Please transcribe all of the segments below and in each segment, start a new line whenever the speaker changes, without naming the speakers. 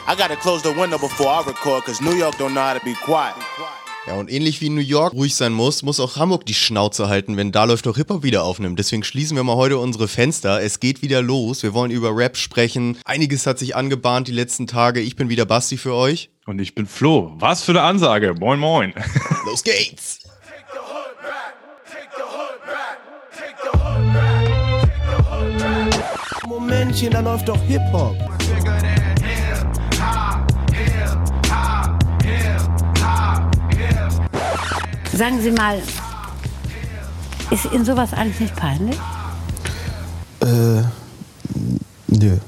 I gotta close the window before I record, cause New York don't know how to be quiet.
Ja, und ähnlich wie New York ruhig sein muss auch Hamburg die Schnauze halten, wenn Da läuft doch Hip-Hop wieder aufnimmt. Deswegen schließen wir mal heute unsere Fenster. Es geht wieder los. Wir wollen über Rap sprechen. Einiges hat sich angebahnt die letzten Tage. Ich bin wieder Basti für euch.
Und ich bin Flo. Was für eine Ansage. Moin, moin.
Los geht's.
Momentchen, da läuft doch Hip-Hop.
Sagen Sie mal, ist Ihnen sowas eigentlich nicht peinlich?
Nö.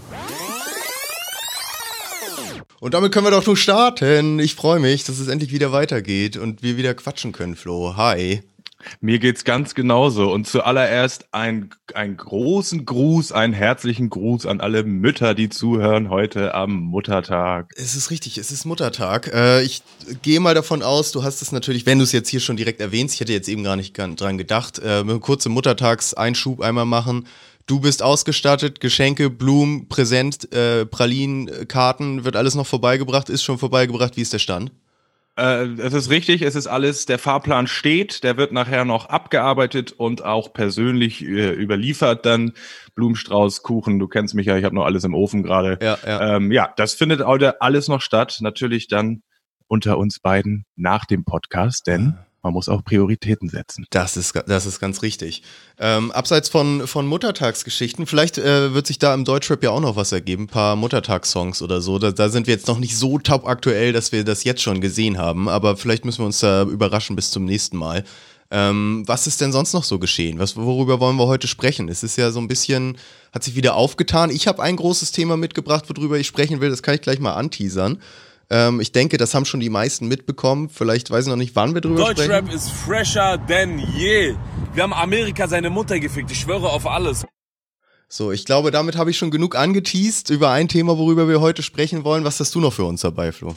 Und damit können wir doch nur starten. Ich freue mich, dass es endlich wieder weitergeht und wir wieder quatschen können, Flo. Hi.
Mir geht's ganz genauso. Und zuallererst einen großen Gruß, einen herzlichen Gruß an alle Mütter, die zuhören heute am Muttertag.
Es ist richtig, es ist Muttertag. Ich gehe mal davon aus, du hast es natürlich, wenn du es jetzt hier schon direkt erwähnst, ich hätte jetzt eben gar nicht dran gedacht, einen kurzen Muttertagseinschub einmal machen. Du bist ausgestattet, Geschenke, Blumen, Präsent, Pralinen, Karten, wird alles noch vorbeigebracht, ist schon vorbeigebracht, wie ist der Stand?
Es ist richtig, es ist alles, der Fahrplan steht, der wird nachher noch abgearbeitet und auch persönlich überliefert dann. Blumenstrauß, Kuchen, du kennst mich ja, ich habe noch alles im Ofen gerade. Ja, das findet heute alles noch statt, natürlich dann unter uns beiden nach dem Podcast, denn man muss auch Prioritäten setzen.
Das ist ganz richtig. Abseits von Muttertagsgeschichten, vielleicht wird sich da im Deutschrap ja auch noch was ergeben, ein paar Muttertagssongs oder so. Da sind wir jetzt noch nicht so top aktuell, dass wir das jetzt schon gesehen haben, aber vielleicht müssen wir uns da überraschen bis zum nächsten Mal. Was ist denn sonst noch so geschehen? Worüber wollen wir heute sprechen? Es ist ja so ein bisschen, hat sich wieder aufgetan. Ich habe ein großes Thema mitgebracht, worüber ich sprechen will, das kann ich gleich mal anteasern. Ich denke, das haben schon die meisten mitbekommen. Vielleicht weiß ich noch nicht, wann wir drüber sprechen.
Deutschrap ist fresher denn je. Wir haben Amerika seine Mutter gefickt. Ich schwöre auf alles.
So, ich glaube, damit habe ich schon genug angeteast über ein Thema, worüber wir heute sprechen wollen. Was hast du noch für uns dabei, Flo?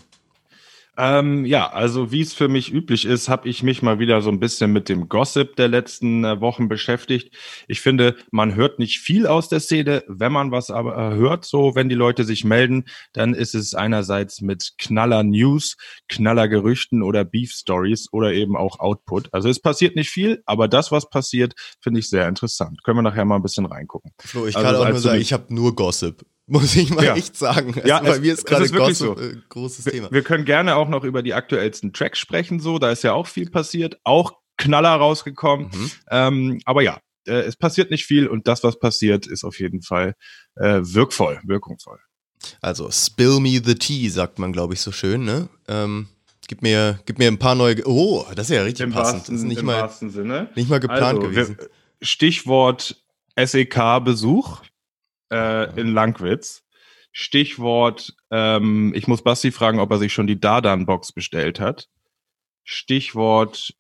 Ja, also wie es für mich üblich ist, habe ich mich mal wieder so ein bisschen mit dem Gossip der letzten Wochen beschäftigt. Ich finde, man hört nicht viel aus der Szene. Wenn man was aber hört, so wenn die Leute sich melden, dann ist es einerseits mit Knaller-News, Knaller-Gerüchten oder Beef-Stories oder eben auch Output. Also es passiert nicht viel, aber das, was passiert, finde ich sehr interessant. Können wir nachher mal ein bisschen reingucken.
Flo, ich kann auch nur sagen, ich habe nur Gossip. Muss ich mal echt sagen. Also
ja,
bei mir ist gerade Gossip
so.
Großes Thema.
Wir können gerne auch noch über die aktuellsten Tracks sprechen, so. Da ist ja auch viel passiert, auch Knaller rausgekommen. Aber ja, es passiert nicht viel und das, was passiert, ist auf jeden Fall wirkungsvoll.
Also, spill me the tea, sagt man, glaube ich, so schön, ne? Gib mir ein paar neue. Oh, das ist ja richtig passend. Das ist nicht mal geplant gewesen.
Stichwort SEK-Besuch. In Langwitz. Stichwort, ich muss Basti fragen, ob er sich schon die Dardan-Box bestellt hat. Stichwort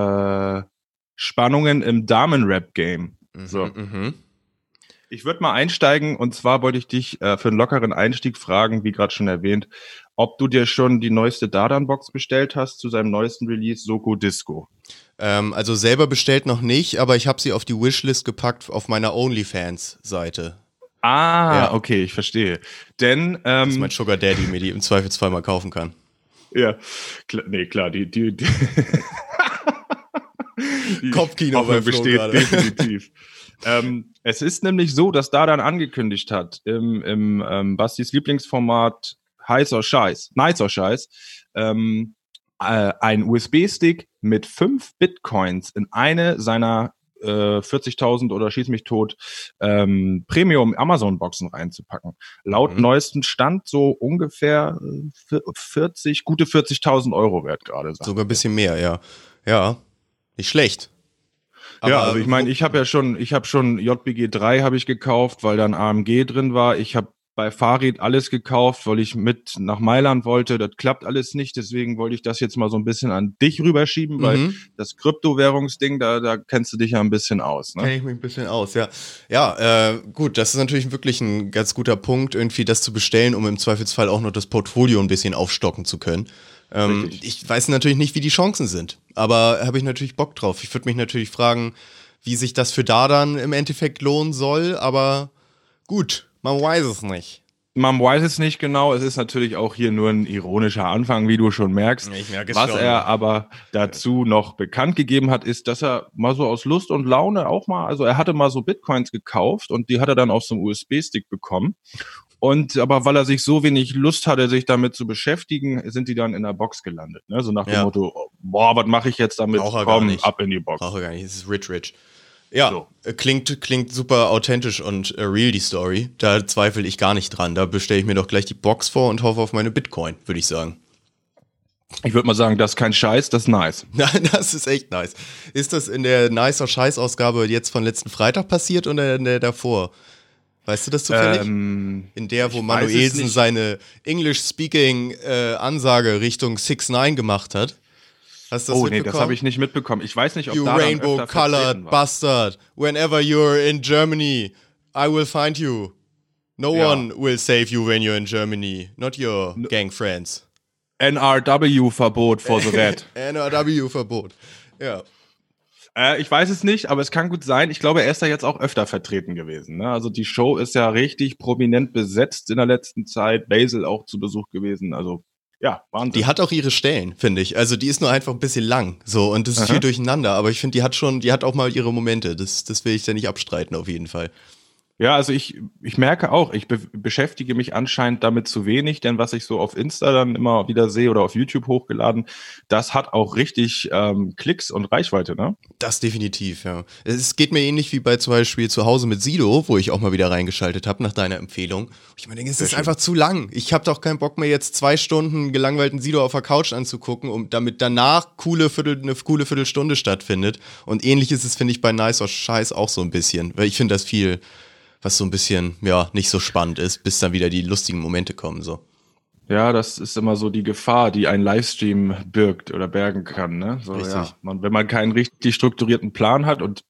Spannungen im Damen-Rap-Game. So. Ich würde mal einsteigen und zwar wollte ich dich für einen lockeren Einstieg fragen, wie gerade schon erwähnt, ob du dir schon die neueste Dardan-Box bestellt hast zu seinem neuesten Release Soko Disco.
Also selber bestellt noch nicht, aber ich habe sie auf die Wishlist gepackt auf meiner OnlyFans-Seite.
Ja. Okay, ich verstehe. Denn
das ist mein Sugar Daddy, mir die im Zweifelsfall mal kaufen kann.
Ja, klar, die
Kopfkino bei
besteht definitiv. Es ist nämlich so, dass Dardan angekündigt hat im Bastis Lieblingsformat Nice or Scheiß, ein USB-Stick mit 5 Bitcoins in eine seiner 40.000 oder schieß mich tot Premium-Amazon-Boxen reinzupacken. Laut neuesten Stand so ungefähr gute 40.000 Euro wert gerade.
Sogar ein bisschen mehr, ja. Ja, nicht schlecht.
Aber ja, also ich meine, ich habe schon JBG 3 habe ich gekauft, weil da ein AMG drin war. Ich habe bei Farid alles gekauft, weil ich mit nach Mailand wollte. Das klappt alles nicht, deswegen wollte ich das jetzt mal so ein bisschen an dich rüberschieben, weil das Kryptowährungsding, da kennst du dich ja ein bisschen aus. Ne?
Kenn ich mich ein bisschen aus, ja. Ja, gut, das ist natürlich wirklich ein ganz guter Punkt, irgendwie das zu bestellen, um im Zweifelsfall auch noch das Portfolio ein bisschen aufstocken zu können. Ich weiß natürlich nicht, wie die Chancen sind, aber habe ich natürlich Bock drauf. Ich würde mich natürlich fragen, wie sich das für Dardan im Endeffekt lohnen soll, aber gut. Man weiß es nicht.
Man weiß es nicht genau. Es ist natürlich auch hier nur ein ironischer Anfang, wie du schon merkst.
Ich merke es
Was
schon.
er aber dazu noch bekannt gegeben hat, ist, dass er mal so aus Lust und Laune auch mal, also er hatte mal so Bitcoins gekauft und die hat er dann auf so einem USB-Stick bekommen. Und aber weil er sich so wenig Lust hatte, sich damit zu beschäftigen, sind die dann in der Box gelandet. Ne? So nach dem Motto, boah, was mache ich jetzt damit?
Braucht er gar
Komm,
nicht.
ab in die Box.
Brauche gar nicht, es ist rich. Ja,
So.
klingt super authentisch und real, die Story. Da zweifle ich gar nicht dran. Da bestelle ich mir doch gleich die Box vor und hoffe auf meine Bitcoin, würde ich sagen.
Ich würde mal sagen, das ist kein Scheiß, das ist nice.
Nein, das ist echt nice. Ist das in der nicer Scheiß-Ausgabe jetzt von letzten Freitag passiert oder in der davor? Weißt du das zufällig? In der, wo
ich weiß es
Manuelsen
nicht.
seine English-Speaking-Ansage Richtung 6ix9ine gemacht hat. Hast du das
Oh nee, das
mitbekommen?
habe ich nicht mitbekommen. Ich weiß nicht, ob
You
da dann öfter
rainbow-colored
vertreten war.
bastard. Whenever you're in Germany, I will find you. No
Ja.
one will save you when you're in Germany. Not your gang friends.
NRW-Verbot for the Red.
NRW-Verbot. Ja.
Ich weiß es nicht, aber es kann gut sein. Ich glaube, er ist da jetzt auch öfter vertreten gewesen. Ne? Also die Show ist ja richtig prominent besetzt in der letzten Zeit. Basil auch zu Besuch gewesen. Also ja, Wahnsinn.
Die hat auch ihre Stellen, finde ich. Also die ist nur einfach ein bisschen lang. So, und das ist viel durcheinander. Aber ich finde, die hat auch mal ihre Momente. Das will ich da nicht abstreiten, auf jeden Fall.
Ja, also ich merke auch, ich beschäftige mich anscheinend damit zu wenig, denn was ich so auf Insta dann immer wieder sehe oder auf YouTube hochgeladen, das hat auch richtig Klicks und Reichweite, ne?
Das definitiv, ja. Es geht mir ähnlich wie bei zum Beispiel zu Hause mit Sido, wo ich auch mal wieder reingeschaltet habe nach deiner Empfehlung. Ich mir denke, es ist einfach zu lang. Ich habe doch keinen Bock mehr, jetzt 2 Stunden gelangweilten Sido auf der Couch anzugucken, damit danach eine coole Viertelstunde stattfindet. Und ähnlich ist es, finde ich, bei Nice or Scheiß auch so ein bisschen. Weil ich finde das viel, was so ein bisschen, ja, nicht so spannend ist, bis dann wieder die lustigen Momente kommen, so.
Ja, das ist immer so die Gefahr, die ein Livestream birgt oder bergen kann, ne? So,
Richtig.
ja. Wenn man keinen richtig strukturierten Plan hat und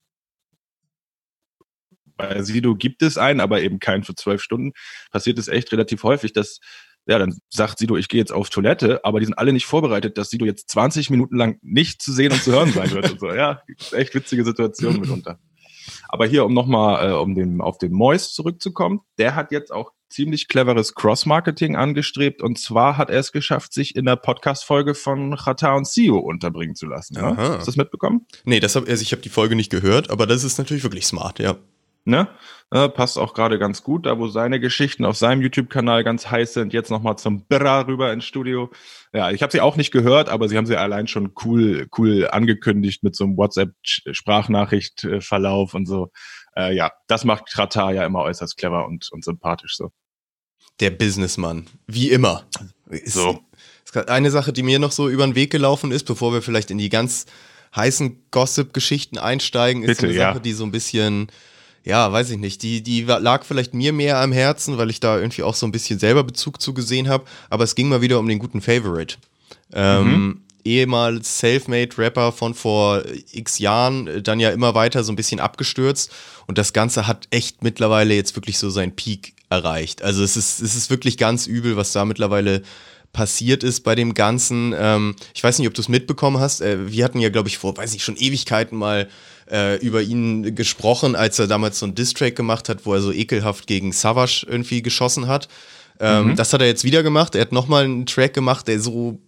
bei Sido gibt es einen, aber eben keinen für 12 Stunden, passiert es echt relativ häufig, dass, ja, dann sagt Sido, ich gehe jetzt auf Toilette, aber die sind alle nicht vorbereitet, dass Sido jetzt 20 Minuten lang nicht zu sehen und zu hören sein wird und so. Ja, echt witzige Situation mitunter. Aber hier, um nochmal auf den Mois zurückzukommen, der hat jetzt auch ziemlich cleveres Cross-Marketing angestrebt und zwar hat er es geschafft, sich in der Podcast-Folge von Xatar und Sio unterbringen zu lassen. Ne?
Aha.
Hast du das mitbekommen?
Nee, ich habe die Folge nicht gehört, aber das ist natürlich wirklich smart, ja.
Ne? Passt auch gerade ganz gut, da wo seine Geschichten auf seinem YouTube-Kanal ganz heiß sind, jetzt nochmal zum Birra rüber ins Studio. Ja, ich habe sie auch nicht gehört, aber sie haben sie allein schon cool angekündigt mit so einem WhatsApp-Sprachnachricht-Verlauf und so. Ja, das macht Xatar ja immer äußerst clever und sympathisch so.
Der Businessmann, wie immer.
So.
Ist eine Sache, die mir noch so über den Weg gelaufen ist, bevor wir vielleicht in die ganz heißen Gossip-Geschichten einsteigen, ist
Bitte,
eine Sache, die so ein bisschen, ja, weiß ich nicht, die lag vielleicht mir mehr am Herzen, weil ich da irgendwie auch so ein bisschen selber Bezug zu gesehen habe, aber es ging mal wieder um den guten Favorite. Ehemals Selfmade-Rapper von vor x Jahren, dann ja immer weiter so ein bisschen abgestürzt und das Ganze hat echt mittlerweile jetzt wirklich so seinen Peak erreicht. Also es ist wirklich ganz übel, was da mittlerweile passiert ist bei dem Ganzen. Ich weiß nicht, ob du es mitbekommen hast. Wir hatten ja, glaube ich, vor, weiß ich, schon Ewigkeiten mal über ihn gesprochen, als er damals so einen Diss-Track gemacht hat, wo er so ekelhaft gegen Savage irgendwie geschossen hat. Das hat er jetzt wieder gemacht. Er hat nochmal einen Track gemacht, der so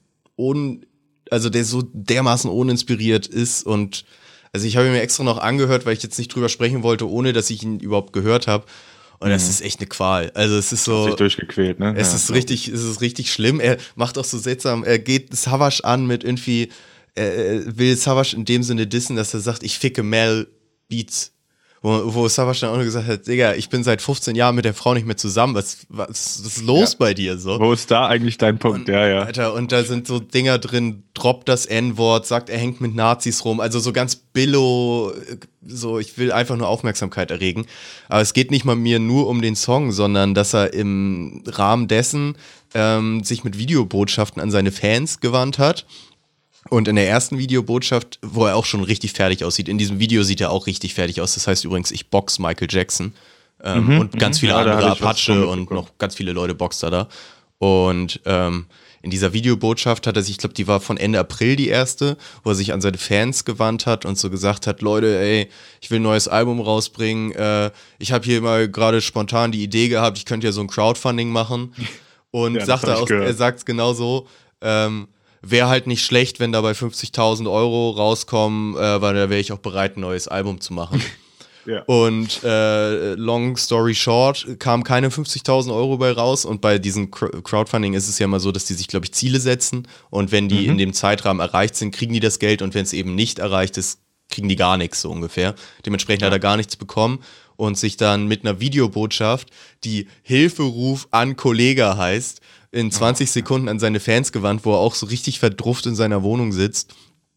dermaßen uninspiriert ist und also ich habe ihn mir extra noch angehört, weil ich jetzt nicht drüber sprechen wollte, ohne dass ich ihn überhaupt gehört habe. Und das ist echt eine Qual. Also es ist so.
Sich durchgequält, ne?
Es ist richtig schlimm. Er macht auch so seltsam, er geht Savage an mit irgendwie, will Savage in dem Sinne dissen, dass er sagt, ich ficke Mel Beats. Wo Savage dann auch nur gesagt hat, Digga, ich bin seit 15 Jahren mit der Frau nicht mehr zusammen. Was ist los bei dir? So?
Wo ist da eigentlich dein Punkt? Ja.
Alter, und da sind so Dinger drin, droppt das N-Wort, sagt, er hängt mit Nazis rum. Also so ganz billo, so ich will einfach nur Aufmerksamkeit erregen. Aber es geht nicht mal mir nur um den Song, sondern dass er im Rahmen dessen sich mit Videobotschaften an seine Fans gewandt hat. Und in der ersten Videobotschaft, wo er auch schon richtig fertig aussieht, in diesem Video sieht er auch richtig fertig aus. Das heißt übrigens, ich box Michael Jackson und ganz viele andere, Apache und noch ganz viele Leute boxt er da. Und in dieser Videobotschaft hat er sich, ich glaube, die war von Ende April die erste, wo er sich an seine Fans gewandt hat und so gesagt hat, Leute, ey, ich will ein neues Album rausbringen, ich habe hier mal gerade spontan die Idee gehabt, ich könnte ja so ein Crowdfunding machen. Und
Ja,
sagt er sagt es genau so, wäre halt nicht schlecht, wenn dabei 50.000 Euro rauskommen, weil da wäre ich auch bereit, ein neues Album zu machen.
Ja.
Und long story short, kamen keine 50.000 Euro bei raus. Und bei diesem Crowdfunding ist es ja immer so, dass die sich, glaube ich, Ziele setzen. Und wenn die in dem Zeitrahmen erreicht sind, kriegen die das Geld. Und wenn es eben nicht erreicht ist, kriegen die gar nichts, so ungefähr. Dementsprechend hat er gar nichts bekommen und sich dann mit einer Videobotschaft, die Hilferuf an Kollega heißt, in 20 Sekunden an seine Fans gewandt, wo er auch so richtig verdrufft in seiner Wohnung sitzt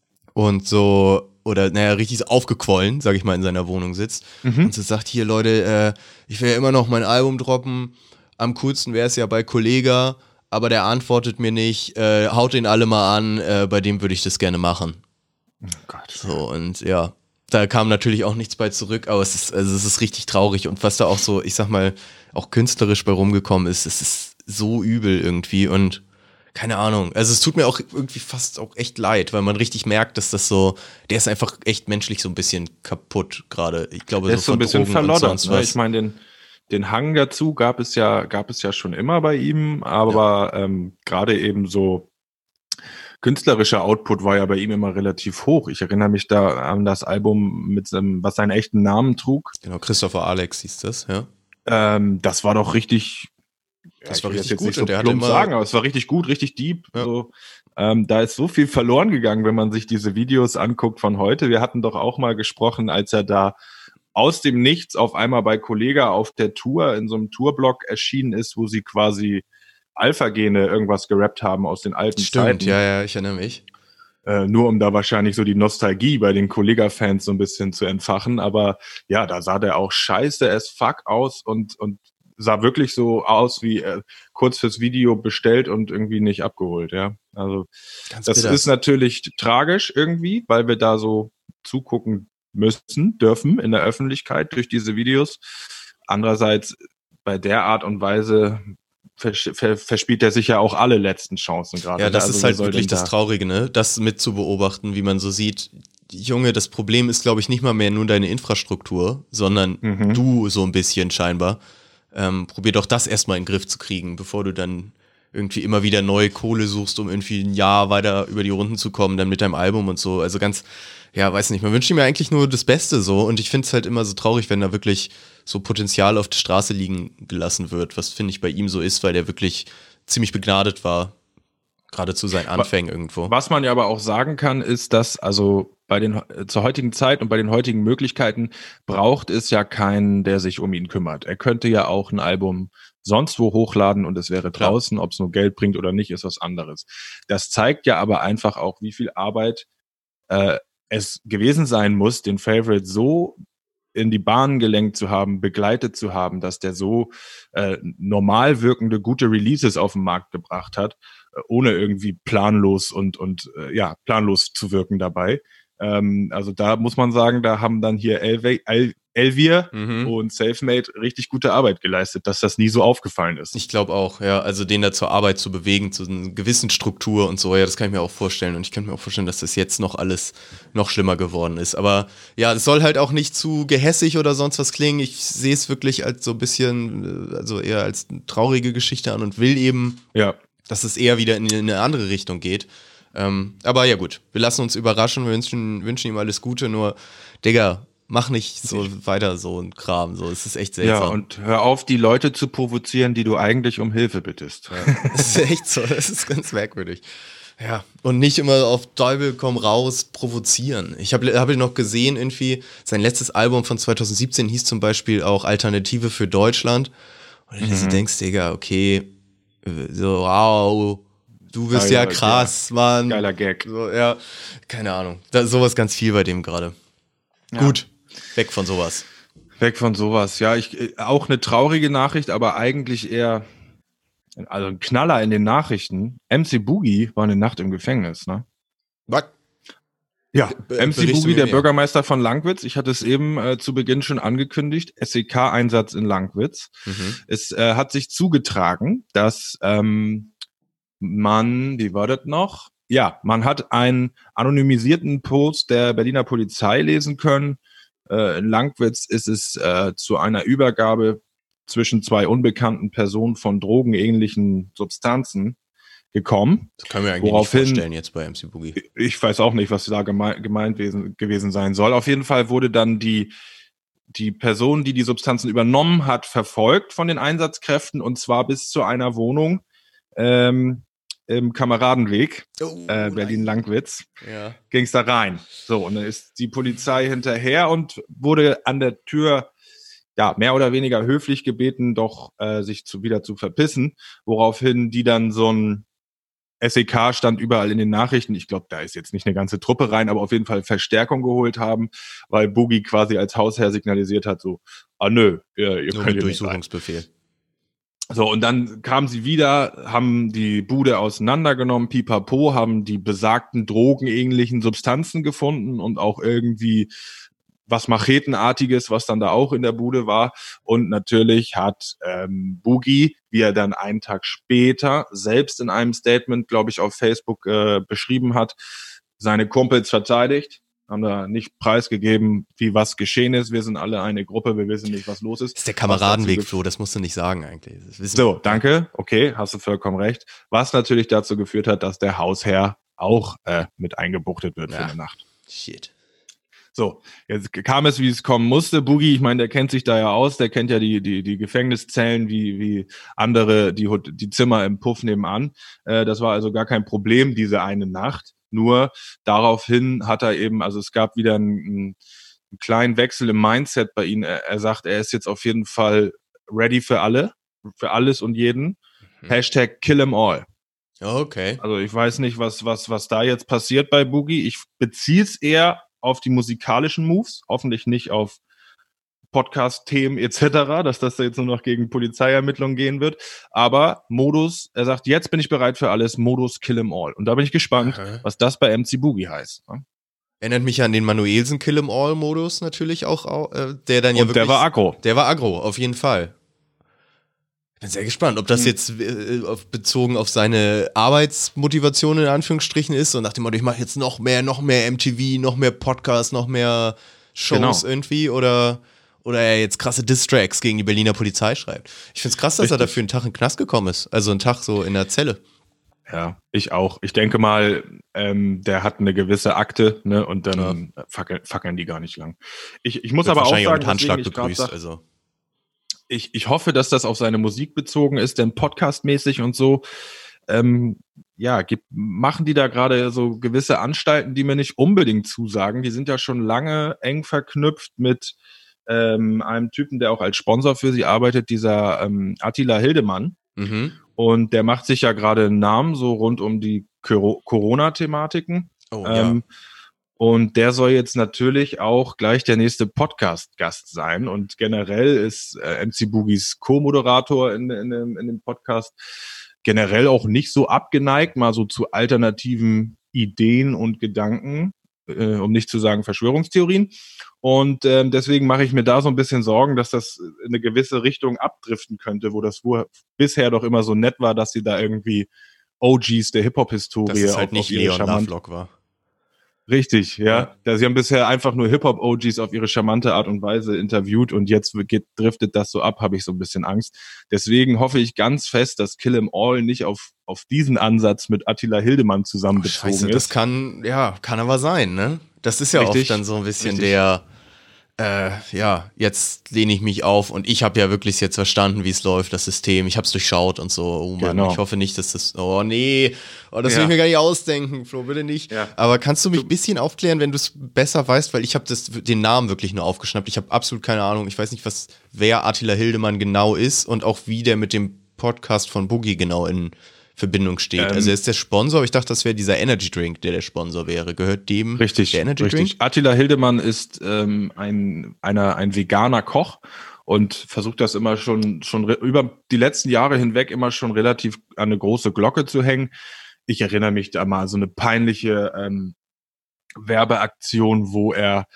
und so, oder naja, richtig so aufgequollen, sag ich mal, in seiner Wohnung sitzt und so sagt, hier Leute, ich will ja immer noch mein Album droppen, am coolsten wäre es ja bei Kollega, aber der antwortet mir nicht, haut den alle mal an, bei dem würde ich das gerne machen.
Oh Gott.
So, und ja, da kam natürlich auch nichts bei zurück, aber es ist richtig traurig und was da auch so, ich sag mal, auch künstlerisch bei rumgekommen ist, es ist so übel irgendwie und keine Ahnung, also es tut mir auch irgendwie fast auch echt leid, weil man richtig merkt, dass das so, der ist einfach echt menschlich so ein bisschen kaputt gerade. Ich glaube,
Der ist so ein bisschen verloddert. Ne?
Was.
Ich meine, den Hang dazu gab es ja schon immer bei ihm, aber gerade eben so künstlerischer Output war ja bei ihm immer relativ hoch. Ich erinnere mich da an das Album mit was seinen echten Namen trug.
Genau, Christopher Alex hieß das, ja.
Das war doch richtig.
Das war richtig
jetzt
gut
nicht so
und der hat
plump
immer
sagen, aber es war richtig gut, richtig deep.
Ja.
So. Da ist so viel verloren gegangen, wenn man sich diese Videos anguckt von heute. Wir hatten doch auch mal gesprochen, als er da aus dem Nichts auf einmal bei Kollega auf der Tour in so einem Tourblock erschienen ist, wo sie quasi Alpha-Gene irgendwas gerappt haben aus den alten Zeiten.
Stimmt, ja, ich erinnere mich.
Nur um da wahrscheinlich so die Nostalgie bei den Kollega-Fans so ein bisschen zu entfachen. Aber ja, da sah der auch scheiße as fuck aus und sah wirklich so aus wie kurz fürs Video bestellt und irgendwie nicht abgeholt, ja. Also
Ganz
das
bitter.
ist natürlich tragisch irgendwie, weil wir da so zugucken dürfen in der Öffentlichkeit durch diese Videos. Andererseits bei der Art und Weise verspielt er sich ja auch alle letzten Chancen gerade.
Ja, das
Also
ist
wer
halt
soll
wirklich
denn
das Traurige, ne? Das mit zu beobachten, wie man so sieht, Junge, das Problem ist, glaube ich, nicht mal mehr nur deine Infrastruktur, sondern du so ein bisschen scheinbar. Probier doch das erstmal in den Griff zu kriegen, bevor du dann irgendwie immer wieder neue Kohle suchst, um irgendwie ein Jahr weiter über die Runden zu kommen, dann mit deinem Album und so. Also ganz, ja, weiß nicht, man wünscht ihm ja eigentlich nur das Beste so und ich finde es halt immer so traurig, wenn da wirklich so Potenzial auf der Straße liegen gelassen wird, was finde ich bei ihm so ist, weil der wirklich ziemlich begnadet war, gerade zu seinen Anfängen irgendwo.
Was man ja aber auch sagen kann, ist, dass also zur heutigen Zeit und bei den heutigen Möglichkeiten braucht es ja keinen, der sich um ihn kümmert. Er könnte ja auch ein Album sonst wo hochladen und es wäre draußen, ob es nur Geld bringt oder nicht, ist was anderes. Das zeigt ja aber einfach auch, wie viel Arbeit es gewesen sein muss, den Favorite so in die Bahnen gelenkt zu haben, begleitet zu haben, dass der so normal wirkende, gute Releases auf den Markt gebracht hat, ohne irgendwie planlos und planlos zu wirken dabei. Also da muss man sagen, da haben dann hier Elvier und Selfmade richtig gute Arbeit geleistet, dass das nie so aufgefallen ist.
Ich glaube auch, ja, also den da zur Arbeit zu bewegen, zu einer gewissen Struktur und so, ja, das kann ich mir auch vorstellen. Und ich könnte mir auch vorstellen, dass das jetzt noch alles noch schlimmer geworden ist. Aber ja, es soll halt auch nicht zu gehässig oder sonst was klingen. Ich sehe es wirklich als so ein bisschen, also eher als eine traurige Geschichte an und will eben, dass es eher wieder in eine andere Richtung geht. Aber ja gut, wir lassen uns überraschen, wir wünschen ihm alles Gute, nur, Digga, mach nicht so weiter so ein Kram, so, es ist echt seltsam.
Ja, und hör auf, die Leute zu provozieren, die du eigentlich um Hilfe bittest.
Ja, das ist echt so, das ist ganz merkwürdig. Ja, und nicht immer auf Teufel komm raus provozieren. Ich hab noch gesehen, irgendwie, sein letztes Album von 2017 hieß zum Beispiel auch Alternative für Deutschland. Und dann du denkst, Digga, okay, so, wow, du bist ja krass, Mann.
Geiler Gag.
So, ja, keine Ahnung. Da ist sowas ganz viel bei dem gerade. Ja. Gut, weg von sowas.
Weg von sowas, ja. Auch eine traurige Nachricht, aber eigentlich eher, also ein Knaller in den Nachrichten. MC Boogie war eine Nacht im Gefängnis, ne?
Was?
Ja, MC
berichte
Boogie,
mir
der
mehr.
Bürgermeister von Langwitz. Ich hatte es eben zu Beginn schon angekündigt. SEK-Einsatz in Langwitz. Es hat sich zugetragen, dass wie war das noch? Ja, man hat einen anonymisierten Post der Berliner Polizei lesen können. In Langwitz ist es zu einer Übergabe zwischen zwei unbekannten Personen von drogenähnlichen Substanzen gekommen.
Das können wir eigentlich
Woraufhin-
nicht vorstellen jetzt bei MC Boogie.
Ich weiß auch nicht, was da gemeint gewesen sein soll. Auf jeden Fall wurde dann die Person, die die Substanzen übernommen hat, verfolgt von den Einsatzkräften, und zwar bis zu einer Wohnung im Kameradenweg, Berlin-Langwitz,
Ja.
ging es da rein. So, und dann ist die Polizei hinterher und wurde an der Tür mehr oder weniger höflich gebeten, doch sich wieder zu verpissen, woraufhin die dann so ein SEK stand überall in den Nachrichten. Ich glaube, da ist jetzt nicht eine ganze Truppe rein, aber auf jeden Fall Verstärkung geholt haben, weil Boogie quasi als Hausherr signalisiert hat, so, nö, ihr
Nur
könnt
mit
hier nicht rein.
Durchsuchungsbefehl.
So, und dann kamen sie wieder, haben die Bude auseinandergenommen, pipapo, haben die besagten drogenähnlichen Substanzen gefunden und auch irgendwie was Machetenartiges, was dann da auch in der Bude war. Und natürlich hat Boogie, wie er dann einen Tag später selbst in einem Statement, glaube ich, auf Facebook beschrieben hat, seine Kumpels verteidigt, haben da nicht preisgegeben, wie was geschehen ist. Wir sind alle eine Gruppe, wir wissen nicht, was los ist.
Das ist der Kameradenweg, Flo, das musst du nicht sagen eigentlich. Das wissen
So,
wir.
danke. Okay, hast du vollkommen recht. Was natürlich dazu geführt hat, dass der Hausherr auch mit eingebuchtet wird für
Ja.
eine Nacht.
Shit.
So, jetzt kam es, wie es kommen musste. Boogie, ich meine, der kennt sich da ja aus, der kennt ja die Gefängniszellen wie andere, die Zimmer im Puff nebenan. Das war also gar kein Problem, diese eine Nacht. Nur daraufhin hat er eben, also es gab wieder einen kleinen Wechsel im Mindset bei ihm. Er sagt, er ist jetzt auf jeden Fall ready für alles und jeden. Hashtag kill 'em all.
Okay.
Also ich weiß nicht, was da jetzt passiert bei Boogie. Ich beziehe es eher auf die musikalischen Moves, hoffentlich nicht auf Podcast-Themen etc., dass das jetzt nur noch gegen Polizeiermittlungen gehen wird. Aber Modus, er sagt, jetzt bin ich bereit für alles, Modus kill 'em all. Und da bin ich gespannt,
Aha.
was das bei MC Boogie heißt. Ne?
Erinnert mich an den Manuelsen Kill-'em-All-Modus natürlich auch, der dann ja
Und
wirklich...
der war aggro.
Der war aggro, auf jeden Fall. Ich bin sehr gespannt, ob das jetzt bezogen auf seine Arbeitsmotivation in Anführungsstrichen ist und nach dem Motto, ich mache jetzt noch mehr MTV, noch mehr Podcasts, noch mehr Shows
Genau.
irgendwie oder er jetzt krasse Diss-Tracks gegen die Berliner Polizei schreibt. Ich find's krass, dass er dafür einen Tag in den Knast gekommen ist. Also einen Tag so in der Zelle.
Ja, ich auch. Ich denke mal, der hat eine gewisse Akte, ne, und dann fackeln die gar nicht lang. Ich muss
Wird
aber auch
wahrscheinlich
sagen,
mit Handschlag
weswegen ich grad
begrüßt.
sag,
Also.
ich hoffe, dass das auf seine Musik bezogen ist, denn podcastmäßig und so, machen die da gerade so gewisse Anstalten, die mir nicht unbedingt zusagen. Die sind ja schon lange eng verknüpft mit einem Typen, der auch als Sponsor für sie arbeitet, dieser Attila Hildemann.
Mhm.
Und der macht sich ja gerade einen Namen so rund um die Corona-Thematiken.
Oh, ja.
Und der soll jetzt natürlich auch gleich der nächste Podcast-Gast sein. Und generell ist MC Boogies Co-Moderator in dem Podcast generell auch nicht so abgeneigt, mal so zu alternativen Ideen und Gedanken, um nicht zu sagen Verschwörungstheorien. Und deswegen mache ich mir da so ein bisschen Sorgen, dass das in eine gewisse Richtung abdriften könnte, wo das bisher doch immer so nett war, dass sie da irgendwie OGs der Hip-Hop-Historie
Dass es halt
auf
nicht
ihre
Leon
charmante...
Lovelock war.
Richtig, ja. Sie haben bisher einfach nur Hip-Hop-OGs auf ihre charmante Art und Weise interviewt und jetzt driftet das so ab, habe ich so ein bisschen Angst. Deswegen hoffe ich ganz fest, dass Kill 'em All nicht auf diesen Ansatz mit Attila Hildemann zusammenbezogen
Scheiße,
ist.
das kann aber sein, ne? Das ist ja
Richtig,
oft dann so ein bisschen
richtig.
der, jetzt lehne ich mich auf und ich habe ja wirklich jetzt verstanden, wie es läuft, das System. Ich habe es durchschaut und so. Oh Mann,
Genau.
ich hoffe nicht, dass das, das will
Ja.
ich mir gar nicht ausdenken, Flo, bitte nicht.
Ja.
Aber kannst du mich ein bisschen aufklären, wenn du es besser weißt, weil ich habe den Namen wirklich nur aufgeschnappt. Ich habe absolut keine Ahnung. Ich weiß nicht, wer Attila Hildemann genau ist und auch wie der mit dem Podcast von Boogie genau in Verbindung steht. Also er ist der Sponsor, aber ich dachte, das wäre dieser Energy Drink, der Sponsor wäre. Gehört dem
Richtig,
der Energy
richtig.
Drink?
Attila Hildemann ist ein veganer Koch und versucht das immer schon über die letzten Jahre hinweg immer schon relativ an eine große Glocke zu hängen. Ich erinnere mich da mal so eine peinliche Werbeaktion, wo er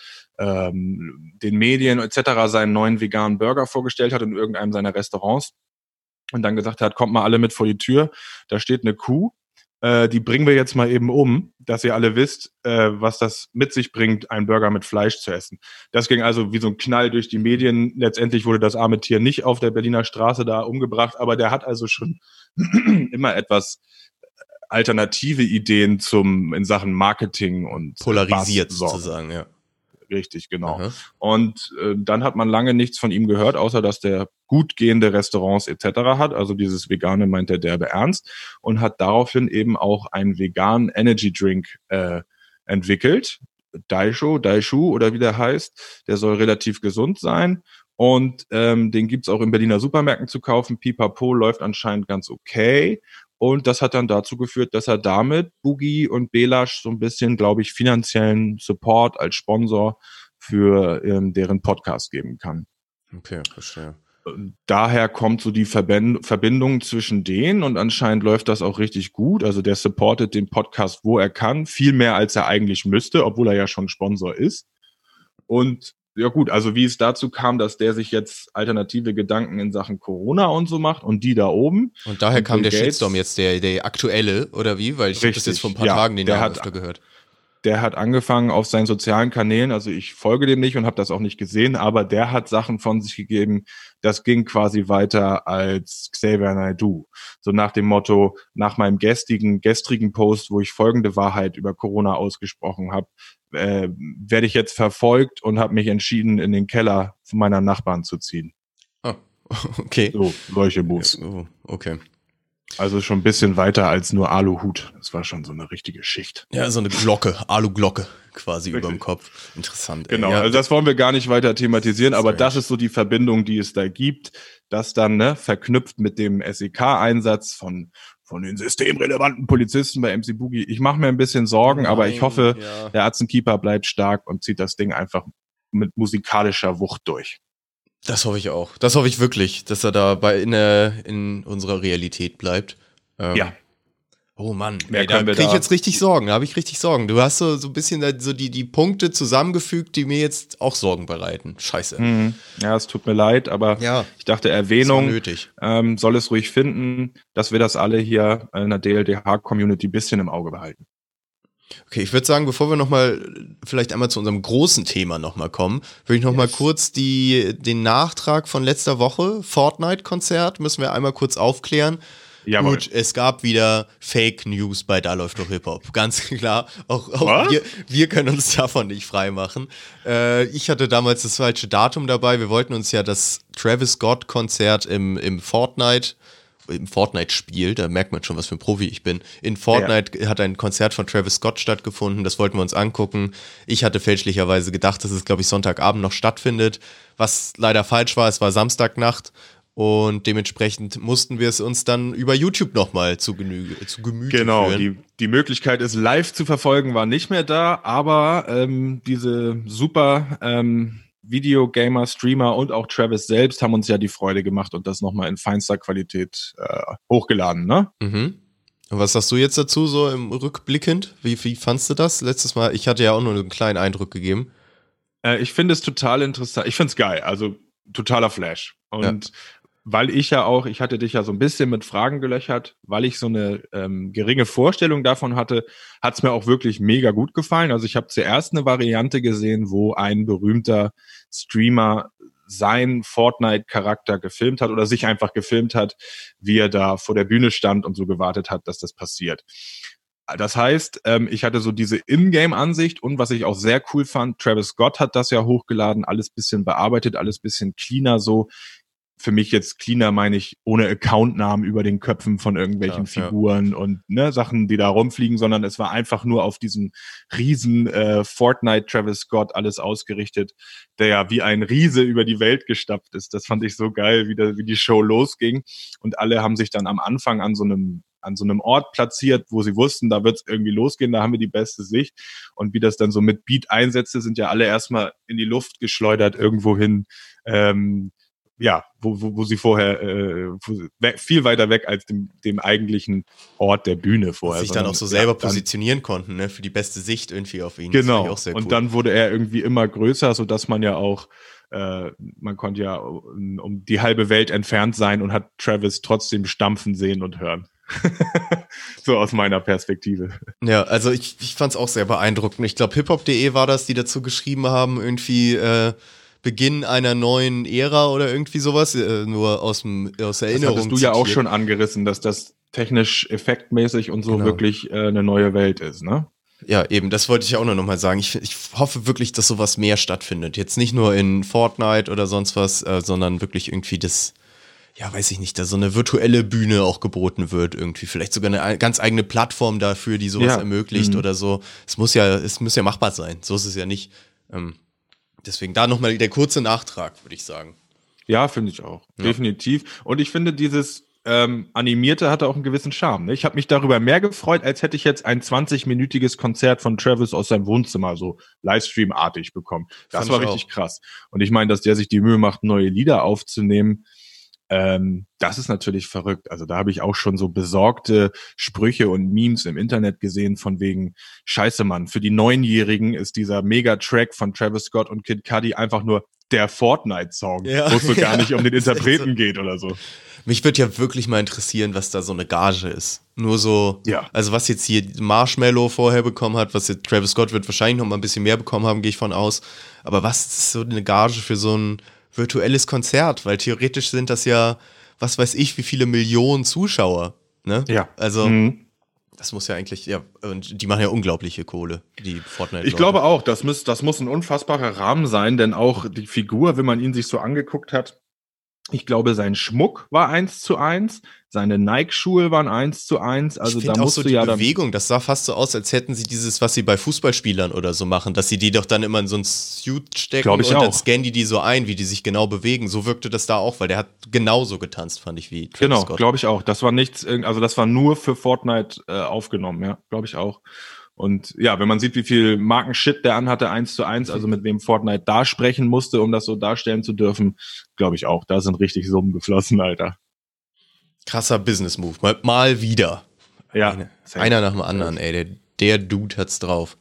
den Medien etc. seinen neuen veganen Burger vorgestellt hat in irgendeinem seiner Restaurants und dann gesagt hat, kommt mal alle mit vor die Tür, da steht eine Kuh, die bringen wir jetzt mal eben um, dass ihr alle wisst, was das mit sich bringt, einen Burger mit Fleisch zu essen. Das ging also wie so ein Knall durch die Medien. Letztendlich wurde das arme Tier nicht auf der Berliner Straße da umgebracht, aber der hat also schon immer etwas alternative Ideen in Sachen Marketing und
Polarisiert
Bass sorgen.
sozusagen, ja.
Richtig, genau.
Aha.
Und dann hat man lange nichts von ihm gehört, außer dass der gut gehende Restaurants etc. hat. Also dieses Vegane meint der derbe ernst und hat daraufhin eben auch einen veganen Energy Drink entwickelt. Daishu oder wie der heißt. Der soll relativ gesund sein. Und den gibt's auch in Berliner Supermärkten zu kaufen. Pipapo läuft anscheinend ganz okay. Und das hat dann dazu geführt, dass er damit Boogie und Belasch so ein bisschen, glaube ich, finanziellen Support als Sponsor für deren Podcast geben kann.
Okay, verstehe.
Daher kommt so die Verbindung zwischen denen und anscheinend läuft das auch richtig gut. Also der supportet den Podcast, wo er kann, viel mehr als er eigentlich müsste, obwohl er ja schon Sponsor ist. Und ja gut, also wie es dazu kam, dass der sich jetzt alternative Gedanken in Sachen Corona und so macht und die da oben.
Und daher kam
Bill
der
Gates,
Shitstorm jetzt, der aktuelle, oder wie? Weil ich habe das jetzt vor ein paar Tagen den Namen öfter gehört.
Der hat angefangen auf seinen sozialen Kanälen, also ich folge dem nicht und habe das auch nicht gesehen, aber der hat Sachen von sich gegeben, das ging quasi weiter als Xavier Naidoo. So nach dem Motto, nach meinem gestrigen Post, wo ich folgende Wahrheit über Corona ausgesprochen habe, werde ich jetzt verfolgt und habe mich entschieden, in den Keller von meiner Nachbarn zu ziehen.
Oh, okay.
So, solche Moves.
Oh, okay.
Also schon ein bisschen weiter als nur Aluhut. Das war schon so eine richtige Schicht.
Ja, so eine Glocke, Aluglocke quasi
Richtig.
über dem Kopf. Interessant.
Genau,
Ja.
also das wollen wir gar nicht weiter thematisieren, aber das ist so die Verbindung, die es da gibt, das dann verknüpft mit dem SEK-Einsatz von den systemrelevanten Polizisten bei MC Boogie. Ich mache mir ein bisschen Sorgen, aber ich hoffe, der Atzenkeeper bleibt stark und zieht das Ding einfach mit musikalischer Wucht durch.
Das hoffe ich auch. Das hoffe ich wirklich, dass er da in unserer Realität bleibt.
Ja.
Oh Mann,
Mehr
da
können wir
kriege ich
da-
jetzt richtig Sorgen. Da habe ich richtig Sorgen. Du hast so ein bisschen so die Punkte zusammengefügt, die mir jetzt auch Sorgen bereiten. Scheiße.
Ja, es tut mir leid, aber
Ja.
ich dachte,
Das war
Erwähnung
nötig.
soll es ruhig finden, dass wir das alle hier in der DLDH-Community ein bisschen im Auge behalten.
Okay, ich würde sagen, bevor wir nochmal vielleicht einmal zu unserem großen Thema nochmal kommen, würde ich nochmal kurz den Nachtrag von letzter Woche, Fortnite-Konzert, müssen wir einmal kurz aufklären.
Jawohl.
Gut, es gab wieder Fake News bei Da läuft doch Hip-Hop. Ganz klar, auch
Was?
wir können uns davon nicht freimachen. Ich hatte damals das falsche Datum dabei. Wir wollten uns ja das Travis Scott-Konzert im Fortnite-Spiel, da merkt man schon, was für ein Profi ich bin. In Fortnite hat ein Konzert von Travis Scott stattgefunden, das wollten wir uns angucken. Ich hatte fälschlicherweise gedacht, dass es, glaube ich, Sonntagabend noch stattfindet, was leider falsch war, es war Samstagnacht und dementsprechend mussten wir es uns dann über YouTube nochmal zu Gemüte
Genau,
führen.
die Möglichkeit, es live zu verfolgen, war nicht mehr da, aber diese super Videogamer, Streamer und auch Travis selbst haben uns ja die Freude gemacht und das nochmal in feinster Qualität hochgeladen, ne?
Mhm. Und was sagst du jetzt dazu, so im Rückblickend? Wie fandst du das letztes Mal? Ich hatte ja auch nur einen kleinen Eindruck gegeben.
Ich finde es total interessant. Ich finde es geil, also totaler Flash. Und weil ich hatte dich ja so ein bisschen mit Fragen gelöchert, weil ich so eine geringe Vorstellung davon hatte, hat es mir auch wirklich mega gut gefallen. Also ich habe zuerst eine Variante gesehen, wo ein berühmter Streamer seinen Fortnite-Charakter gefilmt hat oder sich einfach gefilmt hat, wie er da vor der Bühne stand und so gewartet hat, dass das passiert. Das heißt, ich hatte so diese Ingame-Ansicht und was ich auch sehr cool fand, Travis Scott hat das ja hochgeladen, alles bisschen bearbeitet, alles bisschen cleaner so. Für mich jetzt cleaner meine ich ohne Accountnamen über den Köpfen von irgendwelchen Figuren und Sachen, die da rumfliegen, sondern es war einfach nur auf diesen riesen Fortnite Travis Scott alles ausgerichtet, der ja wie ein Riese über die Welt gestapft ist. Das fand ich so geil, wie die Show losging und alle haben sich dann am Anfang an so einem Ort platziert, wo sie wussten, da wird es irgendwie losgehen, da haben wir die beste Sicht. Und wie das dann so mit Beat einsetzte, sind ja alle erstmal in die Luft geschleudert irgendwo hin, wo sie vorher viel weiter weg als dem eigentlichen Ort der Bühne vorher.
Sich dann auch so selber positionieren konnten, ne, für die beste Sicht irgendwie auf ihn.
Genau.
Das fand ich auch sehr cool.
Und dann wurde er irgendwie immer größer, sodass man ja auch, man konnte ja um die halbe Welt entfernt sein und hat Travis trotzdem stampfen sehen und hören. So aus meiner Perspektive.
Ja, also ich fand es auch sehr beeindruckend. Ich glaube, hiphop.de war das, die dazu geschrieben haben, irgendwie Beginn einer neuen Ära oder irgendwie sowas, nur aus Erinnerung. Das
hattest du ja auch schon angerissen, dass das technisch effektmäßig und so wirklich eine neue Welt ist, ne?
Ja, eben, das wollte ich auch noch mal sagen. Ich hoffe wirklich, dass sowas mehr stattfindet. Jetzt nicht nur in Fortnite oder sonst was, sondern wirklich irgendwie das, ja, weiß ich nicht, da so eine virtuelle Bühne auch geboten wird irgendwie. Vielleicht sogar eine ganz eigene Plattform dafür, die sowas ermöglicht oder so. Es muss ja machbar sein. So ist es ja nicht. Deswegen da nochmal der kurze Nachtrag, würde ich sagen.
Ja, finde ich auch. Ja. Definitiv. Und ich finde, dieses Animierte hatte auch einen gewissen Charme. Ne? Ich habe mich darüber mehr gefreut, als hätte ich jetzt ein 20-minütiges Konzert von Travis aus seinem Wohnzimmer so Livestream-artig bekommen. Das war richtig krass. Und ich meine, dass der sich die Mühe macht, neue Lieder aufzunehmen, das ist natürlich verrückt. Also da habe ich auch schon so besorgte Sprüche und Memes im Internet gesehen von wegen, scheiße Mann, für die Neunjährigen ist dieser Mega-Track von Travis Scott und Kid Cudi einfach nur der Fortnite-Song, wo es so gar nicht um den Interpreten geht oder so.
Mich würde ja wirklich mal interessieren, was da so eine Gage ist. Nur so, also was jetzt hier Marshmello vorher bekommen hat, was jetzt Travis Scott wird wahrscheinlich noch mal ein bisschen mehr bekommen haben, gehe ich von aus. Aber was ist so eine Gage für so ein virtuelles Konzert? Weil theoretisch sind das ja, was weiß ich, wie viele Millionen Zuschauer. Ne?
Ja.
Also das muss ja eigentlich, und die machen ja unglaubliche Kohle, die Fortnite-Leute.
Ich glaube auch, das muss ein unfassbarer Rahmen sein, denn auch die Figur, wenn man ihn sich so angeguckt hat, ich glaube, sein Schmuck war 1:1, seine Nike-Schuhe waren 1:1, also da musst
du
ja
die Bewegung, das sah fast so aus, als hätten sie dieses, was sie bei Fußballspielern oder so machen, dass sie die doch dann immer in so ein Suit stecken und dann scannen die so ein, wie die sich genau bewegen. So wirkte das da auch, weil der hat genauso getanzt, fand ich, wie Travis Scott.
Genau, glaube ich auch. Das war nichts, also das war nur für Fortnite aufgenommen, ja, glaube ich auch. Und ja, wenn man sieht, wie viel Markenshit der anhatte, 1:1, also mit wem Fortnite da sprechen musste, um das so darstellen zu dürfen, glaube ich auch. Da sind richtig Summen geflossen, Alter.
Krasser Business-Move. Mal wieder.
Ja.
Einer nach dem anderen, ey. Der Dude hat's drauf.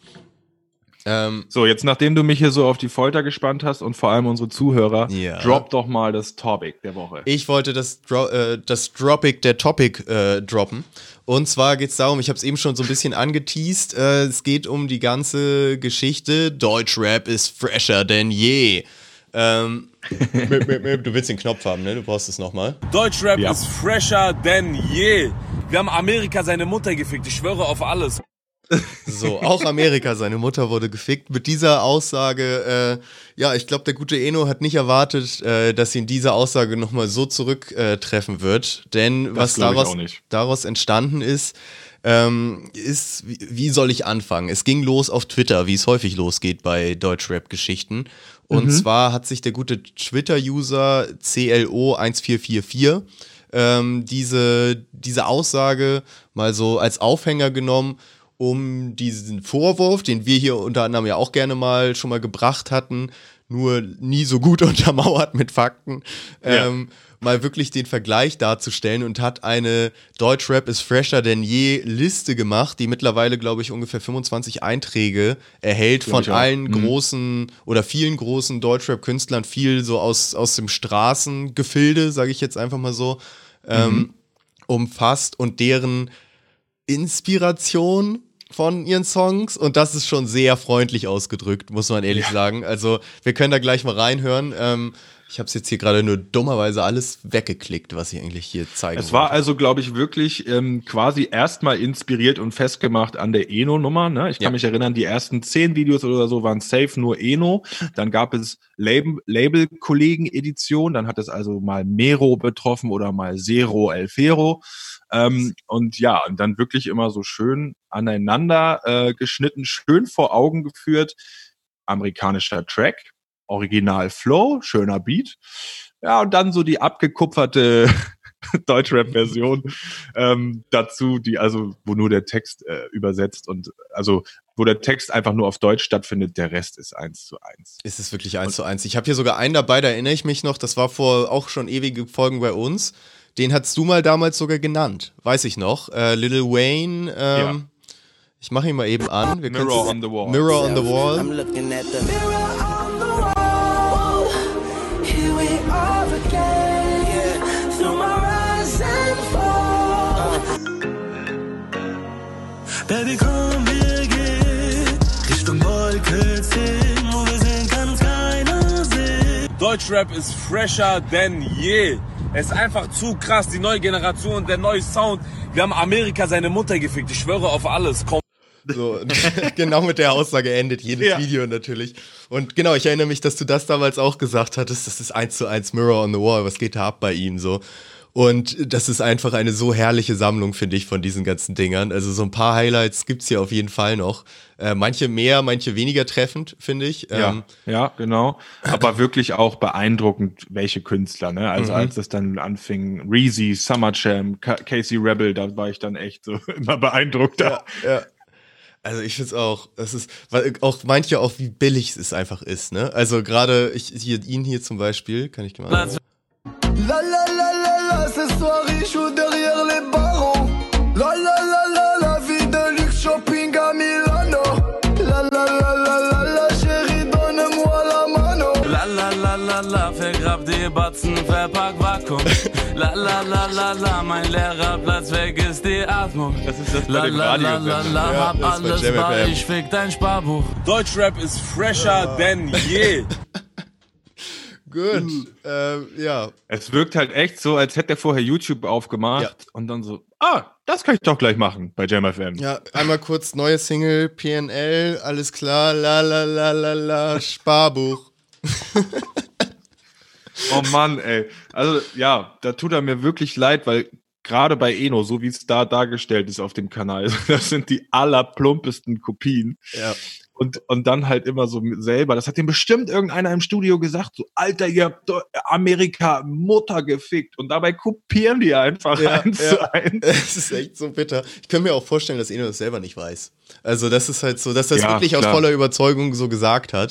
So, jetzt nachdem du mich hier so auf die Folter gespannt hast und vor allem unsere Zuhörer, drop doch mal das Topic der Woche.
Ich wollte das Dropic der Topic droppen. Und zwar geht's darum, ich habe es eben schon so ein bisschen angeteased, es geht um die ganze Geschichte, Deutschrap ist fresher denn je. Du willst den Knopf haben, ne? Du brauchst es nochmal.
Deutschrap ist fresher denn je. Wir haben Amerika seine Mutter gefickt, ich schwöre auf alles.
So, auch Amerika, seine Mutter wurde gefickt. Mit dieser Aussage, ich glaube, der gute Eno hat nicht erwartet, dass ihn diese Aussage nochmal so zurücktreffen wird. Denn
das
was daraus entstanden ist, wie soll ich anfangen? Es ging los auf Twitter, wie es häufig losgeht bei Deutschrap-Geschichten. Und zwar hat sich der gute Twitter-User CLO1444 diese Aussage mal so als Aufhänger genommen, um diesen Vorwurf, den wir hier unter anderem ja auch gerne mal schon mal gebracht hatten, nur nie so gut untermauert mit Fakten, mal wirklich den Vergleich darzustellen und hat eine Deutschrap ist fresher denn je Liste gemacht, die mittlerweile, glaube ich, ungefähr 25 Einträge erhält von allen großen oder vielen großen Deutschrap-Künstlern, viel so aus dem Straßengefilde, sage ich jetzt einfach mal so, umfasst und deren Inspiration von ihren Songs, und das ist schon sehr freundlich ausgedrückt, muss man ehrlich sagen. Also wir können da gleich mal reinhören. Ich habe es jetzt hier gerade nur dummerweise alles weggeklickt, was ich eigentlich hier zeigen wollte.
Es war also, glaube ich, wirklich quasi erstmal inspiriert und festgemacht an der Eno-Nummer. Ne? Ich kann mich erinnern, die ersten 10 Videos oder so waren safe nur Eno. Dann gab es Label-Kollegen-Edition. Dann hat es also mal Mero betroffen oder mal Zero Elfero. Und dann wirklich immer so schön aneinander geschnitten, schön vor Augen geführt. Amerikanischer Track, Original Flow, schöner Beat. Ja, und dann so die abgekupferte Deutschrap-Version dazu, wo nur der Text übersetzt und also wo der Text einfach nur auf Deutsch stattfindet, der Rest ist 1:1.
Ist es wirklich 1:1? Ich habe hier sogar einen dabei, da erinnere ich mich noch, das war vor auch schon ewige Folgen bei uns. Den hattest du mal damals sogar genannt, weiß ich noch. Lil Wayne, ich mache ihn mal eben an.
Mirror on the Wall.
Mirror on the Wall.
I'm looking at the
Mirror on the wall. Here we are again. Yeah. Through my rise and fall. Baby, komm, wir gehen Richtung Wolke 10, wo wir sehen, kann's keiner sehen.
Deutschrap ist fresher denn je. Es ist einfach zu krass, die neue Generation, der neue Sound. Wir haben Amerika seine Mutter gefickt, ich schwöre auf alles. Komm.
So, genau mit der Aussage endet jedes Video natürlich. Und genau, ich erinnere mich, dass du das damals auch gesagt hattest, das ist 1:1 Mirror on the Wall, was geht da ab bei ihm so. Und das ist einfach eine so herrliche Sammlung, finde ich, von diesen ganzen Dingern. Also so ein paar Highlights gibt's hier auf jeden Fall noch. Manche mehr, manche weniger treffend, finde ich.
Ja, genau. Aber wirklich auch beeindruckend, welche Künstler, ne? Also als es dann anfing, Reezy, Summer Jam, Casey Rebel, da war ich dann echt so immer beeindruckt.
Ja. Also ich finde es auch, das ist, weil auch manche auch, wie billig es einfach ist, ne? Also gerade ihn hier zum Beispiel, kann ich mal.
La la la la la, ce soir il joue derrière les barreaux. La la la la la, vie de luxe shopping à Milano. La la la la la la, chérie, donne-moi la mano. La la la la la, vergrab die Batzen, verpack Vakuum. La la la la la, mein leerer Platz, weg ist die Atmung.
Das ist das bei
La
dem
la la la
Radio.
la, hab
das ist bei
alles
Jam
bei,
FM.
ich fick dein Sparbuch.
Deutschrap ist fresher denn je.
Gut, ja.
Es wirkt halt echt so, als hätte er vorher YouTube aufgemacht und dann so, das kann ich doch gleich machen bei Jam FM.
Ja, einmal kurz neue Single, PNL, alles klar, la la la la la, Sparbuch.
Oh Mann, ey. Also ja, da tut er mir wirklich leid, weil gerade bei Eno, so wie es da dargestellt ist auf dem Kanal, das sind die allerplumpesten Kopien.
Ja.
Und dann halt immer so selber, das hat ihm bestimmt irgendeiner im Studio gesagt, so, Alter, ihr habt Amerika Mutter gefickt. Und dabei kopieren die einfach 1:1.
Es ist echt so bitter. Ich könnte mir auch vorstellen, dass Eno das selber nicht weiß. Also das ist halt so, dass das wirklich aus voller Überzeugung so gesagt hat.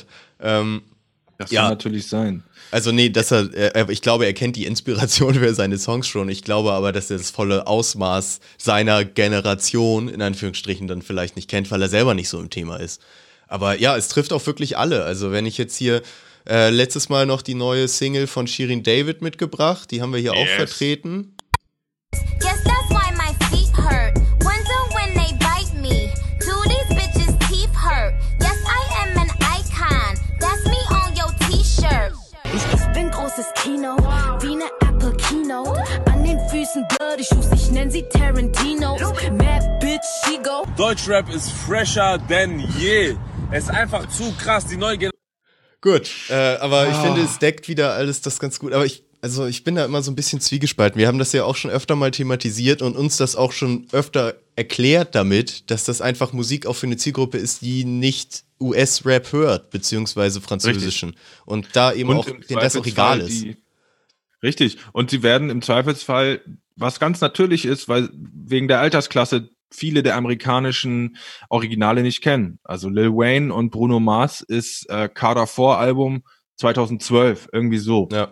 Das kann natürlich sein.
Also nee, ich glaube, er kennt die Inspiration für seine Songs schon. Ich glaube aber, dass er das volle Ausmaß seiner Generation, in Anführungsstrichen, dann vielleicht nicht kennt, weil er selber nicht so im Thema ist. Aber ja, es trifft auch wirklich alle. Also wenn ich jetzt hier letztes Mal noch die neue Single von Shirin David mitgebracht, die haben wir hier auch vertreten.
Yes, that's why my feet hurt. Wonder when they bite me. Do these bitches' teeth hurt? Yes, I am an icon. That's me on your T-Shirt.
Ich bin großes Kino, wie ne Apple Keynote. An den Füßen Bloody Shoes, ich nenn sie Tarantino. Mad Bitch, she go.
Deutschrap ist fresher denn je. Es ist einfach zu krass, die neue Generation.
Gut, aber ich finde, es deckt wieder alles das ganz gut. Aber ich bin da immer so ein bisschen zwiegespalten. Wir haben das ja auch schon öfter mal thematisiert und uns das auch schon öfter erklärt damit, dass das einfach Musik auch für eine Zielgruppe ist, die nicht US-Rap hört, beziehungsweise französischen. Richtig. Und da eben
und
auch, denen das auch egal ist.
Richtig. Und sie werden im Zweifelsfall, was ganz natürlich ist, weil wegen der Altersklasse viele der amerikanischen Originale nicht kennen. Also Lil Wayne und Bruno Mars ist Carter 4 Album 2012, irgendwie so.
Ja.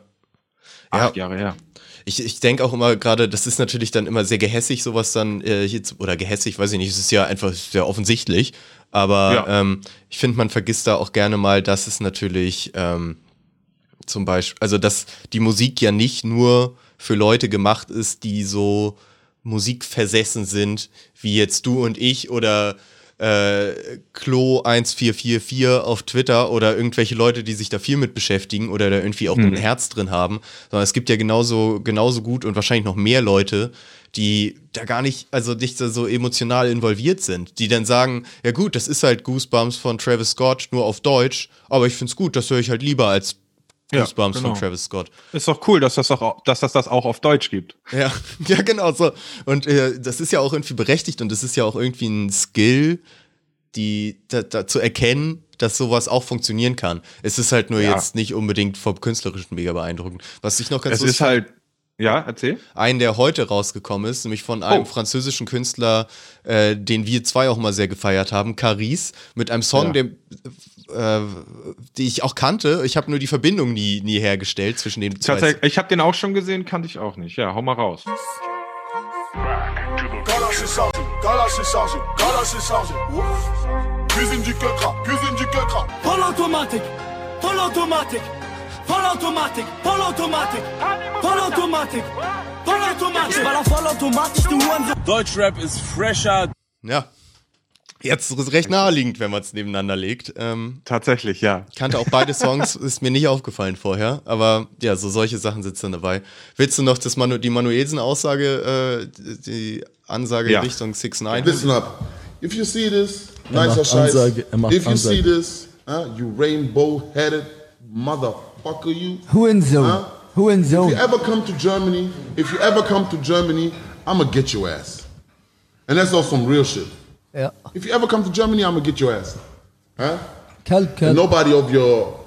8 Jahre her.
Ich denke auch immer gerade, das ist natürlich dann immer sehr gehässig, sowas dann oder gehässig, weiß ich nicht, es ist ja einfach sehr offensichtlich, aber ich finde, man vergisst da auch gerne mal, dass es natürlich zum Beispiel, also dass die Musik ja nicht nur für Leute gemacht ist, die so musikversessen sind, wie jetzt du und ich oder Klo1444 auf Twitter oder irgendwelche Leute, die sich da viel mit beschäftigen oder da irgendwie auch ein Herz drin haben, sondern es gibt ja genauso gut und wahrscheinlich noch mehr Leute, die da gar nicht, also nicht so emotional involviert sind, die dann sagen, ja gut, das ist halt Goosebumps von Travis Scott, nur auf Deutsch, aber ich find's gut, das höre ich halt lieber als Goosebumps von Travis Scott.
Ist doch cool, dass das auch auf Deutsch gibt.
Ja, ja, genau so. Und das ist ja auch irgendwie berechtigt und das ist ja auch irgendwie ein Skill, da zu erkennen, dass sowas auch funktionieren kann. Es ist halt nur jetzt nicht unbedingt vom Künstlerischen mega beeindruckend. Was ich noch ganz
Es ist halt Ja, erzähl.
Einen, der heute rausgekommen ist, nämlich von einem französischen Künstler, den wir zwei auch mal sehr gefeiert haben, Caris, mit einem Song, die ich auch kannte. Ich habe nur die Verbindung nie hergestellt zwischen den zwei.
Tatsächlich, ich habe den auch schon gesehen, kannte ich auch nicht. Ja, hau mal raus.
Vollautomatik, Vollautomatik, Vollautomatik, Vollautomatik, Vollautomatik, Vollautomatik, weil er vollautomatisch, du Hurensohn.
Deutschrap ist fresher.
Ja. Jetzt ist es recht naheliegend, wenn man es nebeneinander legt.
Tatsächlich, ja.
Ich kannte auch beide Songs, ist mir nicht aufgefallen vorher. Aber ja, so solche Sachen sitzen dabei. Willst du noch die Manuelsen-Aussage, die Ansage Richtung 6ix9ine?
Listen up. If you see this, nicer Scheiß. If you see this, you rainbow-headed motherfucker, you.
Hurensohn. Hurensohn.
If you ever come to Germany, I'ma get your ass. And that's also some real shit.
Ja.
If you ever come to Germany, I'ma get your ass. Huh?
Kalt.
And nobody of your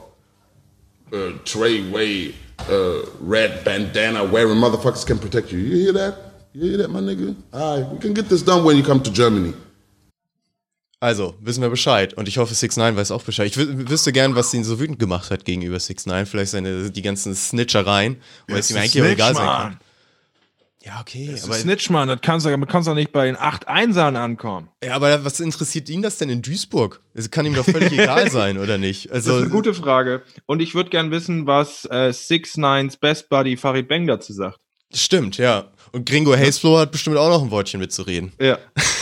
Treyway red bandana wearing motherfuckers can protect you. You hear that? You hear that, my nigga? All right, we can get this done when you come to Germany.
Also, wissen wir Bescheid. Und ich hoffe, 6ix9ine weiß auch Bescheid. Ich wüsste gern, was ihn so wütend gemacht hat gegenüber 6ix9ine. Vielleicht die ganzen Snitchereien. Weil es ihm eigentlich auch egal sein kann. Ja, okay.
Aber Snitch, Mann, das kannst du doch nicht bei den 8 Einsern ankommen.
Ja, aber was interessiert ihn das denn in Duisburg? Es kann ihm doch völlig egal sein, oder nicht? Also,
das ist eine gute Frage. Und ich würde gern wissen, was 6ix9ines Best Buddy Farid Bang dazu sagt.
Stimmt, ja. Und Gringo Hazeflow hat bestimmt auch noch ein Wortchen mitzureden.
Ja.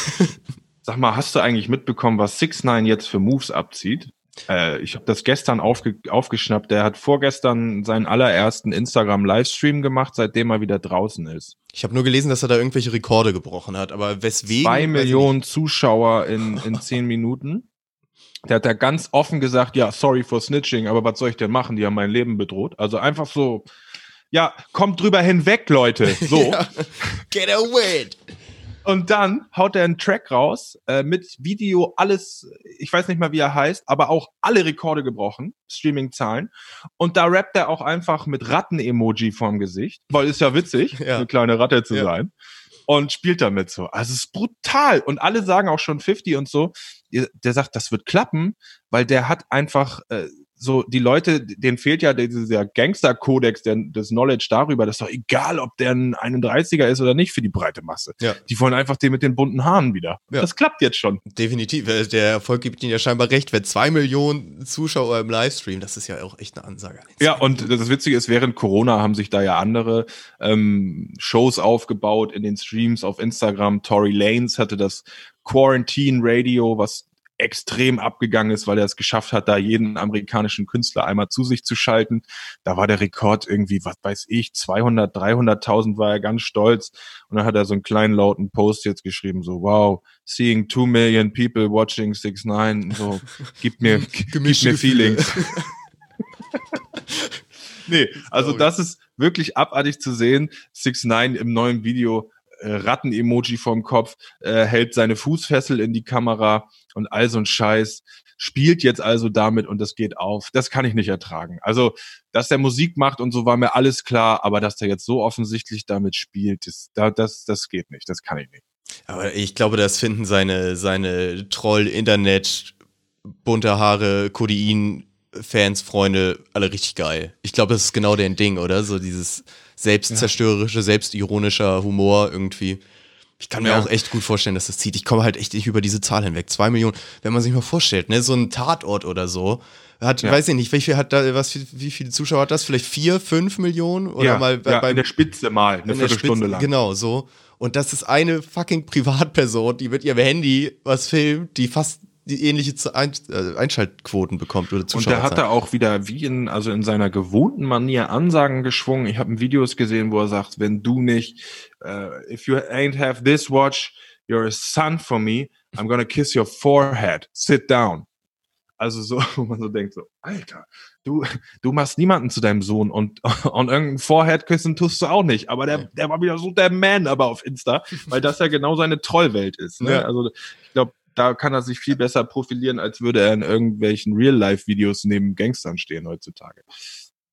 Sag mal, hast du eigentlich mitbekommen, was 6ix9ine jetzt für Moves abzieht? Ich habe das gestern aufgeschnappt. Der hat vorgestern seinen allerersten Instagram-Livestream gemacht, seitdem er wieder draußen ist.
Ich habe nur gelesen, dass er da irgendwelche Rekorde gebrochen hat, aber weswegen?
2 Millionen Zuschauer in 10 Minuten. Der hat da ganz offen gesagt, ja, sorry for snitching, aber was soll ich denn machen? Die haben mein Leben bedroht. Also einfach so, ja, kommt drüber hinweg, Leute. So.
Ja. Get away.
Und dann haut er einen Track raus, mit Video, alles, ich weiß nicht mal, wie er heißt, aber auch alle Rekorde gebrochen, Streaming-Zahlen. Und da rappt er auch einfach mit Ratten-Emoji vorm Gesicht, weil ist ja witzig, eine kleine Ratte zu sein. Und spielt damit so. Also es ist brutal. Und alle sagen auch schon 50 und so. Der sagt, das wird klappen, weil der hat einfach so, die Leute, denen fehlt ja dieser Gangster-Kodex, das Knowledge darüber, das ist doch egal, ob der ein 31er ist oder nicht für die breite Masse. Ja. Die wollen einfach den mit den bunten Haaren wieder. Ja. Das klappt jetzt schon.
Definitiv. Der Erfolg gibt ihnen ja scheinbar recht. Wenn 2 Millionen Zuschauer im Livestream, das ist ja auch echt eine Ansage.
Ja, und das Witzige ist, während Corona haben sich da ja andere Shows aufgebaut in den Streams auf Instagram. Tory Lanez hatte das Quarantine Radio, was extrem abgegangen ist, weil er es geschafft hat, da jeden amerikanischen Künstler einmal zu sich zu schalten. Da war der Rekord irgendwie, was weiß ich, 200, 300.000 war er ganz stolz. Und dann hat er so einen kleinen lauten Post jetzt geschrieben, so, wow, seeing 2 million people watching 6ix9ine, so, gibt mir Feelings. Nee, also das ist wirklich abartig zu sehen. 6ix9ine im neuen Video, Ratten-Emoji vorm Kopf, hält seine Fußfessel in die Kamera und all so ein Scheiß, spielt jetzt also damit und das geht auf. Das kann ich nicht ertragen. Also, dass der Musik macht und so war mir alles klar, aber dass der jetzt so offensichtlich damit spielt, das geht nicht, das kann ich nicht.
Aber ich glaube, das finden seine Troll-Internet, bunte Haare, Codein-Fans, Freunde, alle richtig geil. Ich glaube, das ist genau deren Ding, oder? So dieses selbstzerstörerische, selbstironischer Humor irgendwie. Ich kann mir auch echt gut vorstellen, dass das zieht. Ich komme halt echt nicht über diese Zahl hinweg. 2 Millionen, wenn man sich mal vorstellt, ne, so ein Tatort oder so, weiß ich nicht, wie viele Zuschauer hat das? Vielleicht 4, 5 Millionen? Oder mal bei
in der Spitze mal, eine Viertelstunde lang.
Genau, so. Und das ist eine fucking Privatperson, die mit ihrem Handy was filmt, die fast die ähnliche Einschaltquoten bekommt oder Zuschauer.
Und der hat da auch wieder in seiner gewohnten Manier Ansagen geschwungen. Ich habe Videos gesehen, wo er sagt, wenn du nicht, if you ain't have this watch, you're a son for me, I'm gonna kiss your forehead, sit down. Also so, wo man so denkt, so, Alter, du machst niemanden zu deinem Sohn und irgendein Forehead küssen tust du auch nicht. Aber der war wieder so der Man aber auf Insta, weil das ja genau seine Trollwelt ist. Ne? Ja. Also ich glaube, da kann er sich viel besser profilieren, als würde er in irgendwelchen Real-Life-Videos neben Gangstern stehen heutzutage.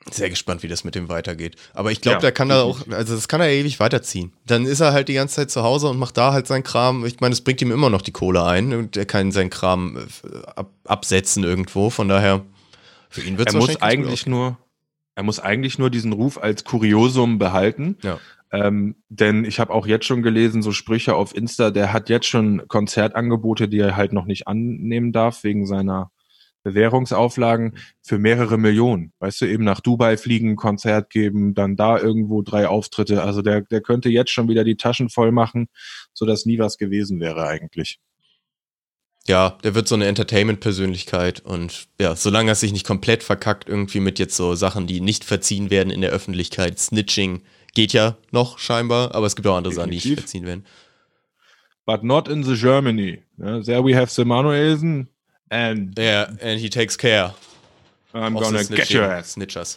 Sehr gespannt, wie das mit dem weitergeht. Aber ich glaube, der kann da auch, also das kann er ewig weiterziehen. Dann ist er halt die ganze Zeit zu Hause und macht da halt seinen Kram. Ich meine, es bringt ihm immer noch die Kohle ein und er kann seinen Kram absetzen irgendwo. Von daher, für ihn wird es wahrscheinlich
Er muss eigentlich nur diesen Ruf als Kuriosum behalten.
Ja.
Denn ich habe auch jetzt schon gelesen, so Sprüche auf Insta, der hat jetzt schon Konzertangebote, die er halt noch nicht annehmen darf, wegen seiner Bewährungsauflagen für mehrere Millionen. Weißt du, eben nach Dubai fliegen, Konzert geben, dann da irgendwo 3 Auftritte. Also der könnte jetzt schon wieder die Taschen voll machen, sodass nie was gewesen wäre eigentlich.
Ja, der wird so eine Entertainment-Persönlichkeit und ja, solange er sich nicht komplett verkackt irgendwie mit jetzt so Sachen, die nicht verziehen werden in der Öffentlichkeit, Snitching geht ja noch scheinbar, aber es gibt auch andere Sachen, die nicht verziehen werden.
But not in the Germany. There we have the Manuelsen and
he takes care.
I'm gonna get your ass.
Snitchers.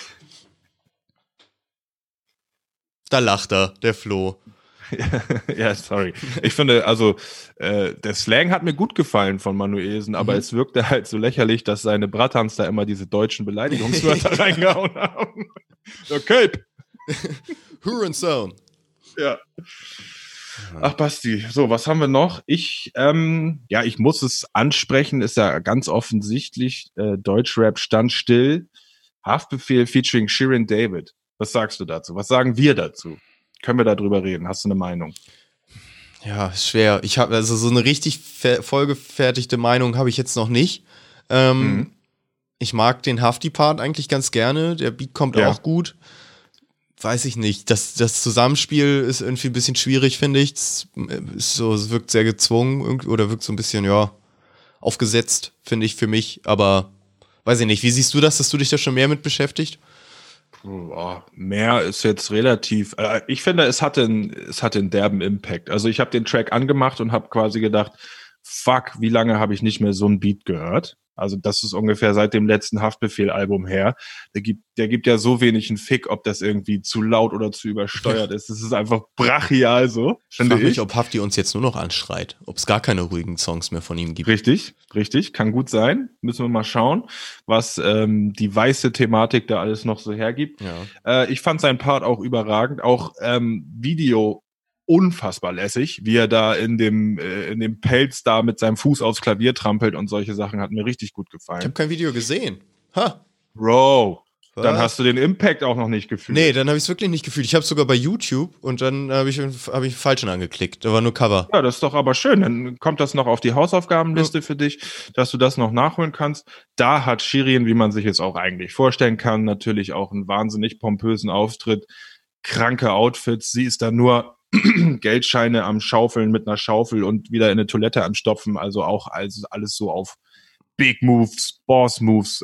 Da lacht er, der Flo.
Ja, sorry. Ich finde, also der Slang hat mir gut gefallen von Manuelsen, aber es wirkte halt so lächerlich, dass seine Brattans da immer diese deutschen Beleidigungswörter reingehauen haben. Okay.
Hurensohn.
Ja. Ach, Basti, so, was haben wir noch? Ich muss es ansprechen, ist ja ganz offensichtlich, Deutschrap stand still. Haftbefehl featuring Shirin David. Was sagst du dazu? Was sagen wir dazu? Können wir da drüber reden? Hast du eine Meinung?
Ja, ist schwer. Ich habe also so eine richtig vollgefertigte Meinung habe ich jetzt noch nicht. Ich mag den Hafti-Part eigentlich ganz gerne. Der Beat kommt auch gut. Weiß ich nicht. Das Zusammenspiel ist irgendwie ein bisschen schwierig, finde ich. Es wirkt sehr gezwungen oder wirkt so ein bisschen, aufgesetzt, finde ich, für mich. Aber weiß ich nicht. Wie siehst du das? Hast du dich da schon mehr mit beschäftigt?
Mehr ist jetzt relativ. Ich finde, es hatte einen derben Impact. Also ich habe den Track angemacht und habe quasi gedacht, fuck, wie lange habe ich nicht mehr so einen Beat gehört? Also das ist ungefähr seit dem letzten Haftbefehl-Album her. Der gibt ja so wenig einen Fick, ob das irgendwie zu laut oder zu übersteuert ist. Das ist einfach brachial so.
Ich frage mich, ob Hafti uns jetzt nur noch anschreit. Ob es gar keine ruhigen Songs mehr von ihm gibt.
Richtig. Kann gut sein. Müssen wir mal schauen, was die weiße Thematik da alles noch so hergibt. Ja. Ich fand seinen Part auch überragend. Auch Video unfassbar lässig, wie er da in dem Pelz da mit seinem Fuß aufs Klavier trampelt und solche Sachen hat mir richtig gut gefallen.
Ich habe kein Video gesehen.
Bro, dann hast du den Impact auch noch nicht gefühlt.
Nee, dann habe ich es wirklich nicht gefühlt. Ich habe es sogar bei YouTube und dann habe ich falschen angeklickt. Da war nur Cover.
Ja, das ist doch aber schön. Dann kommt das noch auf die Hausaufgabenliste für dich, dass du das noch nachholen kannst. Da hat Shirin, wie man sich jetzt auch eigentlich vorstellen kann, natürlich auch einen wahnsinnig pompösen Auftritt. Kranke Outfits. Sie ist da nur Geldscheine am Schaufeln mit einer Schaufel und wieder in eine Toilette anstopfen, also auch alles so auf Big Moves, Boss Moves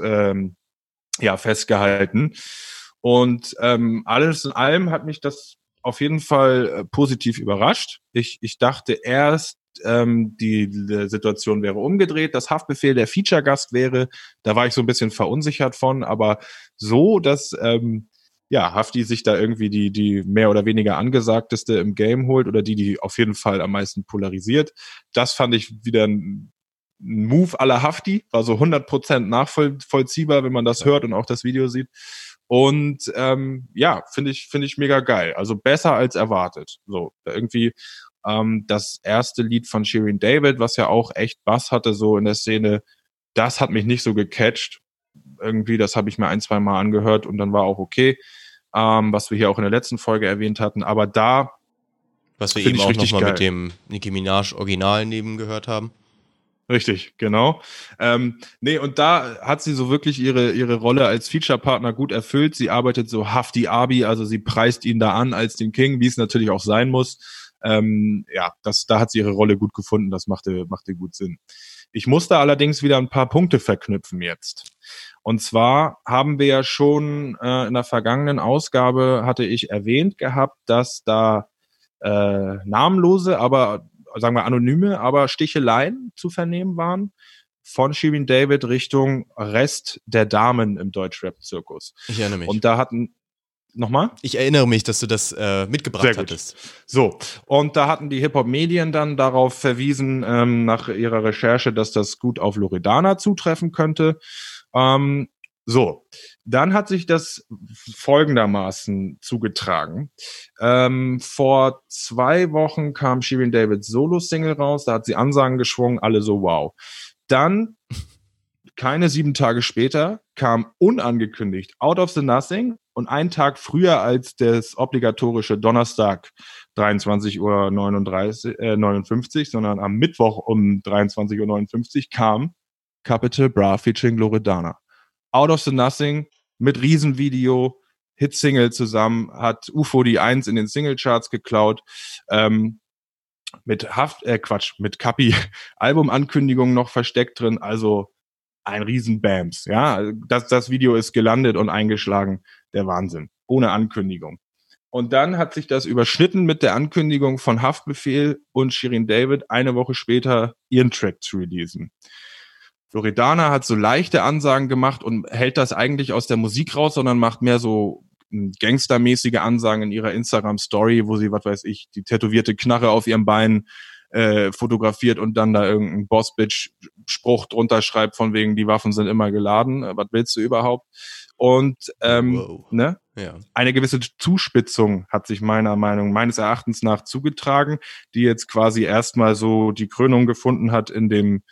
festgehalten. Und alles in allem hat mich das auf jeden Fall positiv überrascht. Ich dachte erst, die Situation wäre umgedreht, dass Haftbefehl der Feature-Gast wäre. Da war ich so ein bisschen verunsichert von, aber so, dass Hafti sich da irgendwie die mehr oder weniger angesagteste im Game holt oder die auf jeden Fall am meisten polarisiert. Das fand ich wieder ein Move à la Hafti, war so 100% nachvollziehbar, wenn man das hört und auch das Video sieht. Und finde ich mega geil. Also besser als erwartet. So, irgendwie das erste Lied von Shirin David, was ja auch echt Bass hatte, so in der Szene, das hat mich nicht so gecatcht. Irgendwie, das habe ich mir 1-2 Mal angehört und dann war auch okay. Was wir hier auch in der letzten Folge erwähnt hatten, aber da
was wir eben auch nochmal mit dem Nicki Minaj Original neben gehört haben.
Richtig, genau. Und da hat sie so wirklich ihre Rolle als Feature-Partner gut erfüllt. Sie arbeitet so Hafti Abi, also sie preist ihn da an als den King, wie es natürlich auch sein muss. Da hat sie ihre Rolle gut gefunden, das machte gut Sinn. Ich musste allerdings wieder ein paar Punkte verknüpfen jetzt. Und zwar haben wir ja schon in der vergangenen Ausgabe, hatte ich erwähnt gehabt, dass da namenlose, aber sagen wir anonyme, aber Sticheleien zu vernehmen waren von Shirin David Richtung Rest der Damen im Deutschrap-Zirkus.
Ich erinnere mich.
Und da hatten Nochmal?
Ich erinnere mich, dass du das mitgebracht hattest.
So, und da hatten die Hip-Hop-Medien dann darauf verwiesen, nach ihrer Recherche, dass das gut auf Loredana zutreffen könnte. Dann hat sich das folgendermaßen zugetragen. Vor 2 Wochen kam Shirin Davids Solo-Single raus, da hat sie Ansagen geschwungen, alle so wow. Dann, keine 7 Tage später, kam unangekündigt Out of the Nothing und einen Tag früher als das obligatorische Donnerstag 23:59 Uhr, sondern am Mittwoch um 23:59 Uhr kam Capital Bra featuring Loredana. Out of the Nothing mit Riesenvideo, Hitsingle zusammen, hat UFO die 1 in den Singlecharts geklaut, mit Kapi Albumankündigungen noch versteckt drin, also ein Riesenbams, ja, das Video ist gelandet und eingeschlagen, der Wahnsinn, ohne Ankündigung. Und dann hat sich das überschnitten mit der Ankündigung von Haftbefehl und Shirin David, eine Woche später ihren Track zu releasen. Loredana hat so leichte Ansagen gemacht und hält das eigentlich aus der Musik raus, sondern macht mehr so gangstermäßige Ansagen in ihrer Instagram-Story, wo sie, was weiß ich, die tätowierte Knarre auf ihrem Bein fotografiert und dann da irgendeinen Boss-Bitch-Spruch drunter schreibt, von wegen, die Waffen sind immer geladen, was willst du überhaupt? Und ne? Ja. Eine gewisse Zuspitzung hat sich meines Erachtens nach zugetragen, die jetzt quasi erstmal so die Krönung gefunden hat in den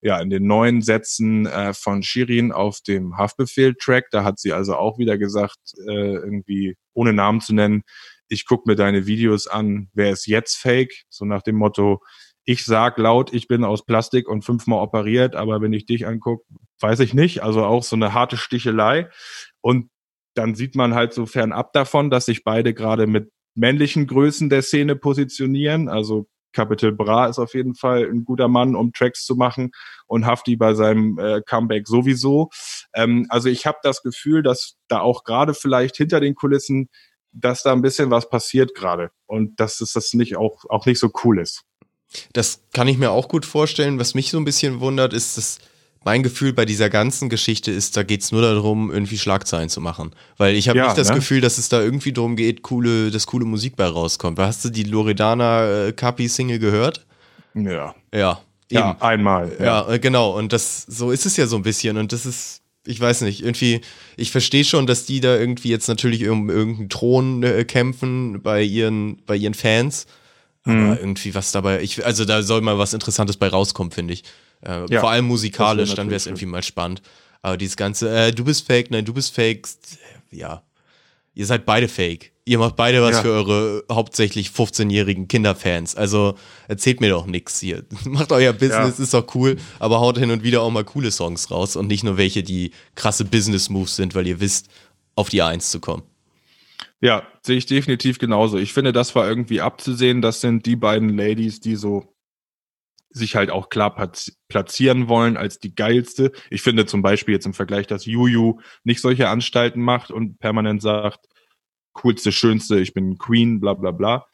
neuen Sätzen von Shirin auf dem Haftbefehl-Track. Da hat sie also auch wieder gesagt, irgendwie ohne Namen zu nennen, ich gucke mir deine Videos an, wer ist jetzt fake? So nach dem Motto, ich sag laut, ich bin aus Plastik und 5-mal operiert, aber wenn ich dich angucke, weiß ich nicht. Also auch so eine harte Stichelei. Und dann sieht man halt so fernab davon, dass sich beide gerade mit männlichen Größen der Szene positionieren. Also Capital Bra ist auf jeden Fall ein guter Mann, um Tracks zu machen, und Hafti bei seinem Comeback sowieso. Also ich habe das Gefühl, dass da auch gerade vielleicht hinter den Kulissen, dass da ein bisschen was passiert gerade und dass das nicht auch nicht so cool ist.
Das kann ich mir auch gut vorstellen. Was mich so ein bisschen wundert, ist, dass mein Gefühl bei dieser ganzen Geschichte ist, da geht's nur darum, irgendwie Schlagzeilen zu machen. Weil ich habe nicht das Gefühl, dass es da irgendwie darum geht, dass coole Musik bei rauskommt. Hast du die Loredana Kapi-Single gehört?
Ja.
Ja, eben.
Ja, einmal.
Ja, genau. Und so ist es ja so ein bisschen. Und das ist, ich weiß nicht, irgendwie, ich verstehe schon, dass die da irgendwie jetzt natürlich um irgendeinen Thron kämpfen bei ihren Fans. Aber irgendwie was dabei, also da soll mal was Interessantes bei rauskommen, finde ich. Vor allem musikalisch, dann wäre es irgendwie mal spannend. Aber dieses ganze, du bist fake, nein, du bist fake, ja, ihr seid beide fake. Ihr macht beide was für eure hauptsächlich 15-jährigen Kinderfans. Also erzählt mir doch nichts hier. Macht euer Business, ist doch cool, aber haut hin und wieder auch mal coole Songs raus und nicht nur welche, die krasse Business-Moves sind, weil ihr wisst, auf die A1 zu kommen.
Ja, sehe ich definitiv genauso. Ich finde, das war irgendwie abzusehen. Das sind die beiden Ladies, die so sich halt auch klar platzieren wollen als die geilste. Ich finde zum Beispiel jetzt im Vergleich, dass Juju nicht solche Anstalten macht und permanent sagt, coolste, schönste, ich bin Queen, bla bla bla.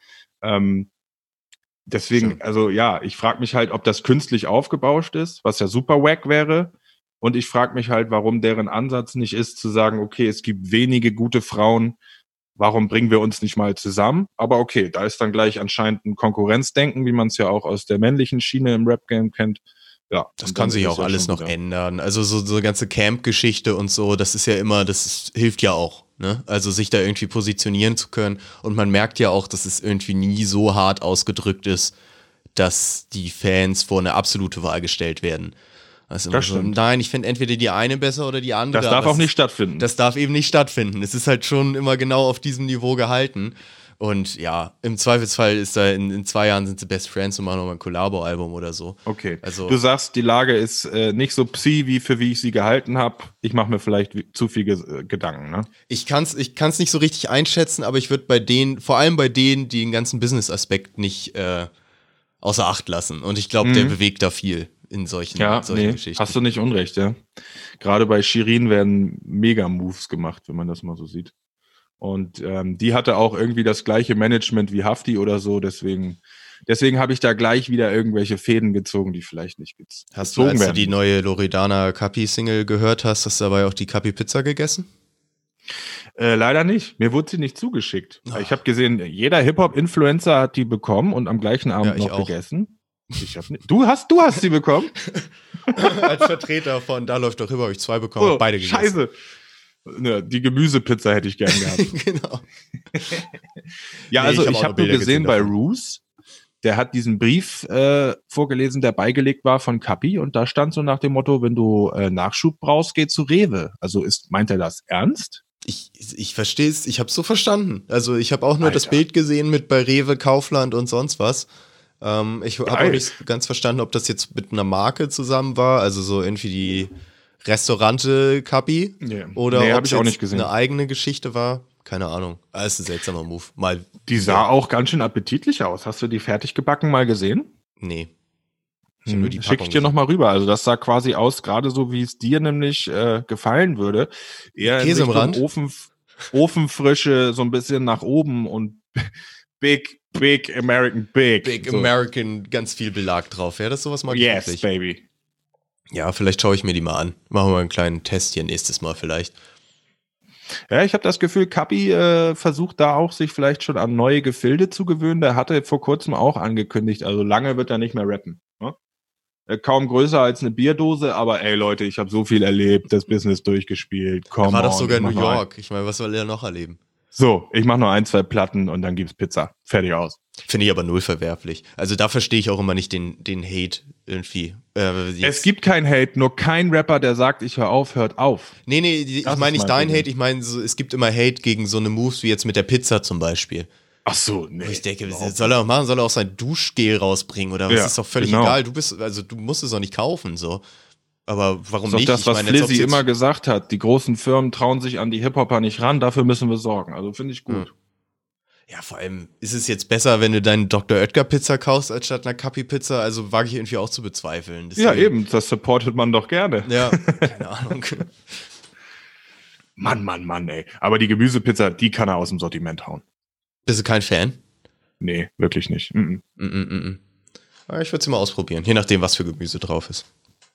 Deswegen, also ja, ich frage mich halt, ob das künstlich aufgebauscht ist, was ja super wack wäre. Und ich frage mich halt, warum deren Ansatz nicht ist, zu sagen, okay, es gibt wenige gute Frauen, warum bringen wir uns nicht mal zusammen? Aber okay, da ist dann gleich anscheinend ein Konkurrenzdenken, wie man es ja auch aus der männlichen Schiene im Rap-Game kennt. Ja,
das kann sich auch alles noch ändern. Also so ganze Camp-Geschichte und so, das ist ja immer, hilft ja auch, ne? Also sich da irgendwie positionieren zu können. Und man merkt ja auch, dass es irgendwie nie so hart ausgedrückt ist, dass die Fans vor eine absolute Wahl gestellt werden. Also das stimmt. Nein, ich finde entweder die eine besser oder die andere.
Das darf auch nicht stattfinden.
Das darf eben nicht stattfinden. Es ist halt schon immer genau auf diesem Niveau gehalten. Und ja, im Zweifelsfall ist da in 2 Jahren sind sie Best Friends und machen nochmal ein Kollabo-Album oder so.
Okay, also du sagst, die Lage ist nicht so wie ich sie gehalten habe. Ich mache mir vielleicht zu viel Gedanken, ne?
Ich kann's nicht so richtig einschätzen, aber ich würde vor allem bei denen, die den ganzen Business-Aspekt nicht außer Acht lassen. Und ich glaube, der bewegt da viel in solchen Geschichten.
Hast du nicht unrecht, ja. Gerade bei Shirin werden Mega-Moves gemacht, wenn man das mal so sieht. Und die hatte auch irgendwie das gleiche Management wie Hafti oder so, deswegen habe ich da gleich wieder irgendwelche Fäden gezogen, die vielleicht nicht
Hast du, als du die neue Loredana Kapi-Single gehört hast du dabei auch die Kapi-Pizza gegessen?
Leider nicht. Mir wurde sie nicht zugeschickt. Oh. Ich habe gesehen, jeder Hip-Hop-Influencer hat die bekommen und am gleichen Abend noch gegessen. Du hast sie bekommen?
Als Vertreter von Da läuft doch rüber habe ich 2 bekommen, beide gegessen.
Scheiße. Ne, die Gemüsepizza hätte ich gern gehabt.
Genau.
Ja,
Nee,
also
ich hab
ich
auch
habe
noch
nur
Bilder
gesehen
gesehen
bei
davon.
Roos, der hat diesen Brief vorgelesen, der beigelegt war von Kapi und da stand so nach dem Motto, wenn du Nachschub brauchst, geh zu Rewe. Also meint er das ernst?
Ich verstehe es, ich habe es so verstanden. Also ich habe auch nur das
Alter.
Bild gesehen mit bei Rewe, Kaufland und sonst was. Ich habe auch
Geil.
nicht ganz verstanden, ob das jetzt mit einer Marke zusammen war, also so irgendwie die Restaurante Kapi
Nee.
oder
Nee,
ob
hab
es
ich auch
jetzt
nicht gesehen.
eine eigene Geschichte war. Keine Ahnung. Ah, ist ein seltsamer Move. Mal.
Die sah auch ganz schön appetitlich aus. Hast du die fertig gebacken mal gesehen?
Nee. Ich hab nur die
Schick ich
Packung
dir nochmal rüber. Also das sah quasi aus, gerade so wie es dir nämlich gefallen würde. Eher
Käse im
in
Rand?
Richtung Ofenfrische, so ein bisschen nach oben und Big American Big.
Big
so.
American, ganz viel Belag drauf. Ja, das sowas mag ich
Yes,
wirklich.
baby.
Ja, vielleicht schaue ich mir die mal an. Machen wir mal einen kleinen Test hier nächstes Mal vielleicht.
Ja, ich habe das Gefühl, Kapi versucht da auch, sich vielleicht schon an neue Gefilde zu gewöhnen. Der hatte vor kurzem auch angekündigt, also lange wird er nicht mehr rappen. Ne? Kaum größer als eine Bierdose, aber ey Leute, ich habe so viel erlebt, das Business durchgespielt.
Er war doch sogar in
ich
New
mach nur
York. Ich meine, was soll er noch erleben?
So, ich mache nur 1, 2 Platten und dann gibt's Pizza. Fertig aus.
Finde ich aber null verwerflich. Also da verstehe ich auch immer nicht den Hate irgendwie.
Es gibt kein Hate, nur kein Rapper, der sagt, ich höre auf, hört auf.
Nee, ich
Das
meine
ist
nicht
mein
dein
Problem.
Hate, ich meine, so, es gibt immer Hate gegen so eine Moves wie jetzt mit der Pizza zum Beispiel.
Ach so, nee.
Wo ich denke, was soll er auch machen? Soll er auch sein Duschgel rausbringen oder was?
Ja,
Ist doch völlig
genau.
egal. Du musst es doch nicht kaufen, so. Aber warum
Das ist doch
nicht?
das, was
meine, als ob's
Flizzy
jetzt-
immer gesagt hat. Die großen Firmen trauen sich an die Hip-Hopper nicht ran, dafür müssen wir sorgen. Also finde ich gut.
Ja, vor allem ist es jetzt besser, wenn du deine Dr. Oetker Pizza kaufst, als statt einer Kapi Pizza. Also wage ich irgendwie auch zu bezweifeln.
Ja,
Deswegen-
eben, das supportet man doch gerne.
Ja, keine Ahnung.
Mann, ey. Aber die Gemüsepizza, die kann er aus dem Sortiment hauen.
Bist du kein Fan?
Nee, wirklich nicht.
Ja, ich würde sie mal ausprobieren, je nachdem, was für Gemüse drauf ist.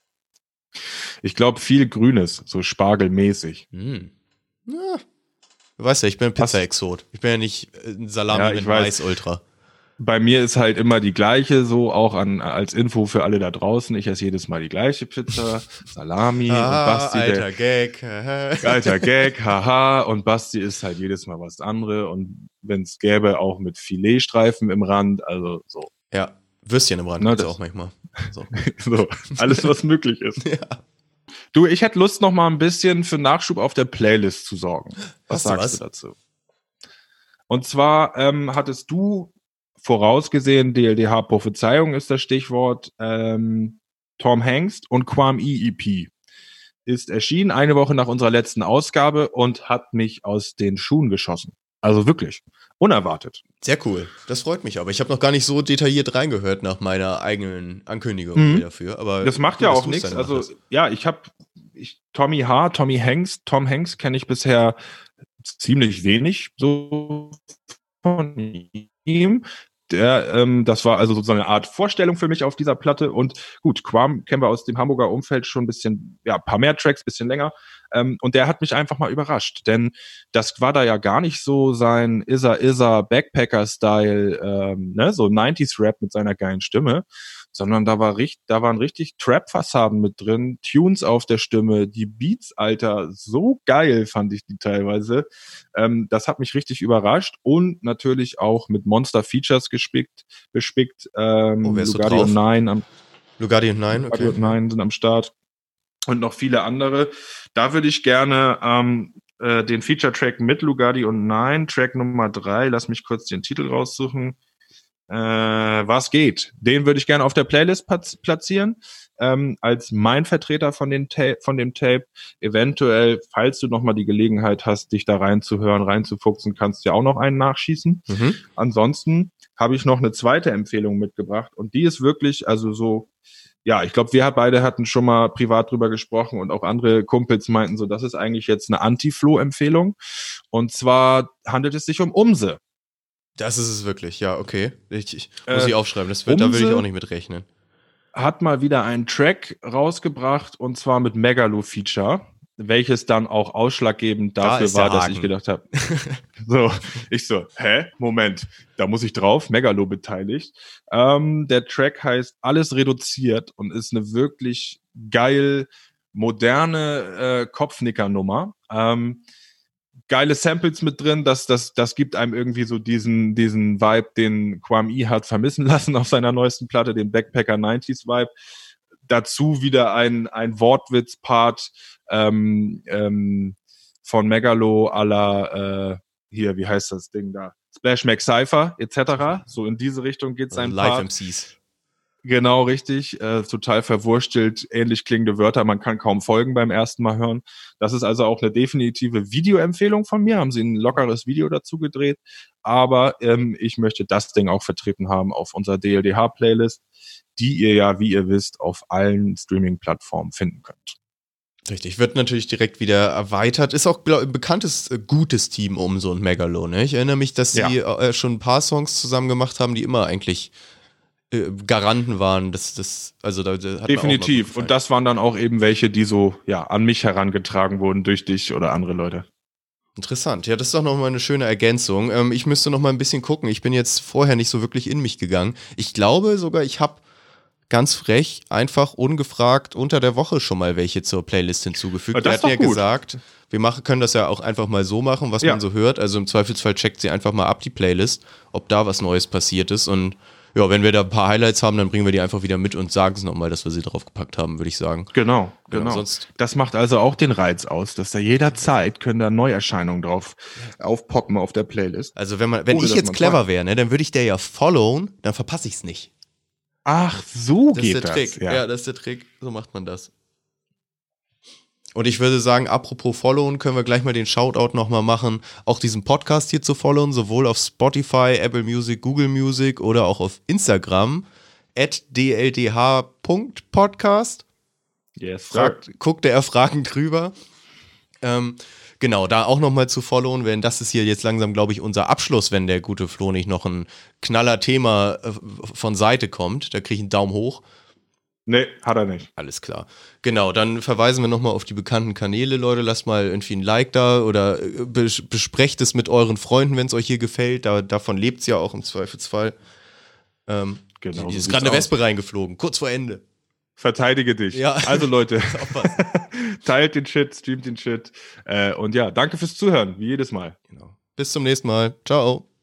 Ich glaube, viel Grünes, so spargelmäßig.
Ja. Du weißt ja, ich bin ein Pizza-Exot. Ich bin ja nicht ein Salami
Ja, ich
mit
weiß.
Mais-Ultra.
Bei mir ist halt immer die gleiche, so auch als Info für alle da draußen. Ich esse jedes Mal die gleiche Pizza, Salami und Basti.
Alter Gag.
Alter Gag, haha. Und Basti isst halt jedes Mal was anderes. Und wenn es gäbe, auch mit Filetstreifen im Rand. Also so.
Ja, Würstchen im Rand
Na,
gibt's
das-
auch manchmal. So.
So, alles, was möglich ist.
Ja.
Du, ich hätte Lust, noch mal ein bisschen für Nachschub auf der Playlist zu sorgen. Was
Hast du
sagst
was?
du dazu? Und zwar hattest du vorausgesehen, DLDH Prophezeiung ist das Stichwort, Tom Hanks und Kwame EP ist erschienen, eine Woche nach unserer letzten Ausgabe und hat mich aus den Schuhen geschossen. Also wirklich, unerwartet.
Sehr cool. Das freut mich aber. Ich habe noch gar nicht so detailliert reingehört nach meiner eigenen Ankündigung dafür. Aber
Das macht
cool,
ja
dass
auch
du's
nichts.
dann
Also
gemacht hast.
ja, Tom Hanks kenne ich bisher ziemlich wenig so von ihm. Das war also so eine Art Vorstellung für mich auf dieser Platte. Und gut, Quam kennen wir aus dem Hamburger Umfeld schon ein bisschen, ja, ein paar mehr Tracks, bisschen länger. Und der hat mich einfach mal überrascht, denn das war da ja gar nicht so sein Isa Backpacker-Style, ne, so 90s-Rap mit seiner geilen Stimme, sondern da waren richtig Trap-Fassaden mit drin, Tunes auf der Stimme, die Beats, Alter, so geil fand ich die teilweise. Das hat mich richtig überrascht und natürlich auch mit Monster-Features bespickt.
Wer ist so
Lugardi
drauf?
und Nine
Lugardi und Nine,
Lugardi und
okay.
Nine sind am Start. Und noch viele andere. Da würde ich gerne den Feature-Track mit Lugardi und Nine, Track Nummer 3, lass mich kurz den Titel raussuchen. Was geht? Den würde ich gerne auf der Playlist platzieren, als mein Vertreter von dem Tape. Eventuell, falls du nochmal die Gelegenheit hast, dich da reinzuhören, reinzufuchsen, kannst du ja auch noch einen nachschießen. Ansonsten habe ich noch eine zweite Empfehlung mitgebracht und die ist wirklich, also so, ja, ich glaube, wir beide hatten schon mal privat drüber gesprochen und auch andere Kumpels meinten so, das ist eigentlich jetzt eine Anti-Flow-Empfehlung. Und zwar handelt es sich um Umse.
Das ist es wirklich, ja, okay. Ich muss ich aufschreiben, da will ich
Umse
auch nicht mit rechnen.
hat mal wieder einen Track rausgebracht und zwar mit Megalo-Feature, welches dann auch ausschlaggebend dafür
ist der
war, dass
Haken.
ich gedacht habe, Moment, da muss ich drauf, Megalo beteiligt. Der Track heißt Alles reduziert und ist eine wirklich geil moderne Kopfnicker-Nummer. Geile Samples mit drin, das gibt einem irgendwie so diesen Vibe, den Kwame hat vermissen lassen auf seiner neuesten Platte, den Backpacker 90s Vibe. Dazu wieder ein Wortwitz-Part von Megalo à la, hier, wie heißt das Ding da? Splash Mac Cypher etc. So in diese Richtung geht's ein Part.
Live-MCs.
Genau, richtig. Total verwurstelt, ähnlich klingende Wörter. Man kann kaum folgen beim ersten Mal hören. Das ist also auch eine definitive Videoempfehlung von mir. Haben sie ein lockeres Video dazu gedreht. Aber ich möchte das Ding auch vertreten haben auf unserer DLDH-Playlist, die ihr ja, wie ihr wisst, auf allen Streaming-Plattformen finden könnt.
Richtig, wird natürlich direkt wieder erweitert. Ist auch ein bekanntes, gutes Team um so ein Megalo, ne? Ich erinnere mich, dass sie schon ein paar Songs zusammen gemacht haben, die immer eigentlich Garanten waren. Also da hat
definitiv. Und das waren dann auch eben welche, die so an mich herangetragen wurden durch dich oder andere Leute.
Interessant. Ja, das ist doch nochmal eine schöne Ergänzung. Ich müsste noch mal ein bisschen gucken. Ich bin jetzt vorher nicht so wirklich in mich gegangen. Ich glaube sogar, ich habe ganz frech einfach ungefragt unter der Woche schon mal welche zur Playlist hinzugefügt. Wir hatten ja gesagt, wir können das ja auch einfach mal so machen, was man so hört. Also im Zweifelsfall checkt sie einfach mal ab, die Playlist, ob da was Neues passiert ist. Und ja, wenn wir da ein paar Highlights haben, dann bringen wir die einfach wieder mit und sagen es nochmal, dass wir sie drauf gepackt haben, würde ich sagen.
Genau. Sonst das macht also auch den Reiz aus, dass da jederzeit können da Neuerscheinungen drauf aufpoppen auf der Playlist.
Also wenn ich jetzt clever wäre, ne, dann würde ich der ja followen, dann verpasse ich es nicht.
Ach, so geht das.
Das ist der Trick. Ja, das ist der Trick. So macht man das. Und ich würde sagen, apropos followen, können wir gleich mal den Shoutout nochmal machen, auch diesen Podcast hier zu followen, sowohl auf Spotify, Apple Music, Google Music oder auch auf Instagram, @dldh.podcast.
Yes,
guckt der fragend drüber. Genau, da auch nochmal zu followen, denn das ist hier jetzt langsam, glaube ich, unser Abschluss, wenn der gute Flo nicht noch ein Knaller-Thema von Seite kommt. Da kriege ich einen Daumen hoch.
Nee, hat er nicht.
Alles klar. Genau, dann verweisen wir nochmal auf die bekannten Kanäle, Leute. Lasst mal irgendwie ein Like da oder besprecht es mit euren Freunden, wenn es euch hier gefällt. Davon lebt es ja auch im Zweifelsfall. Genau. Hier ist gerade eine Wespe reingeflogen, kurz vor Ende.
Verteidige dich.
Ja.
Also Leute, teilt den Shit, streamt den Shit. Und ja, danke fürs Zuhören, wie jedes Mal.
Genau. Bis zum nächsten Mal. Ciao.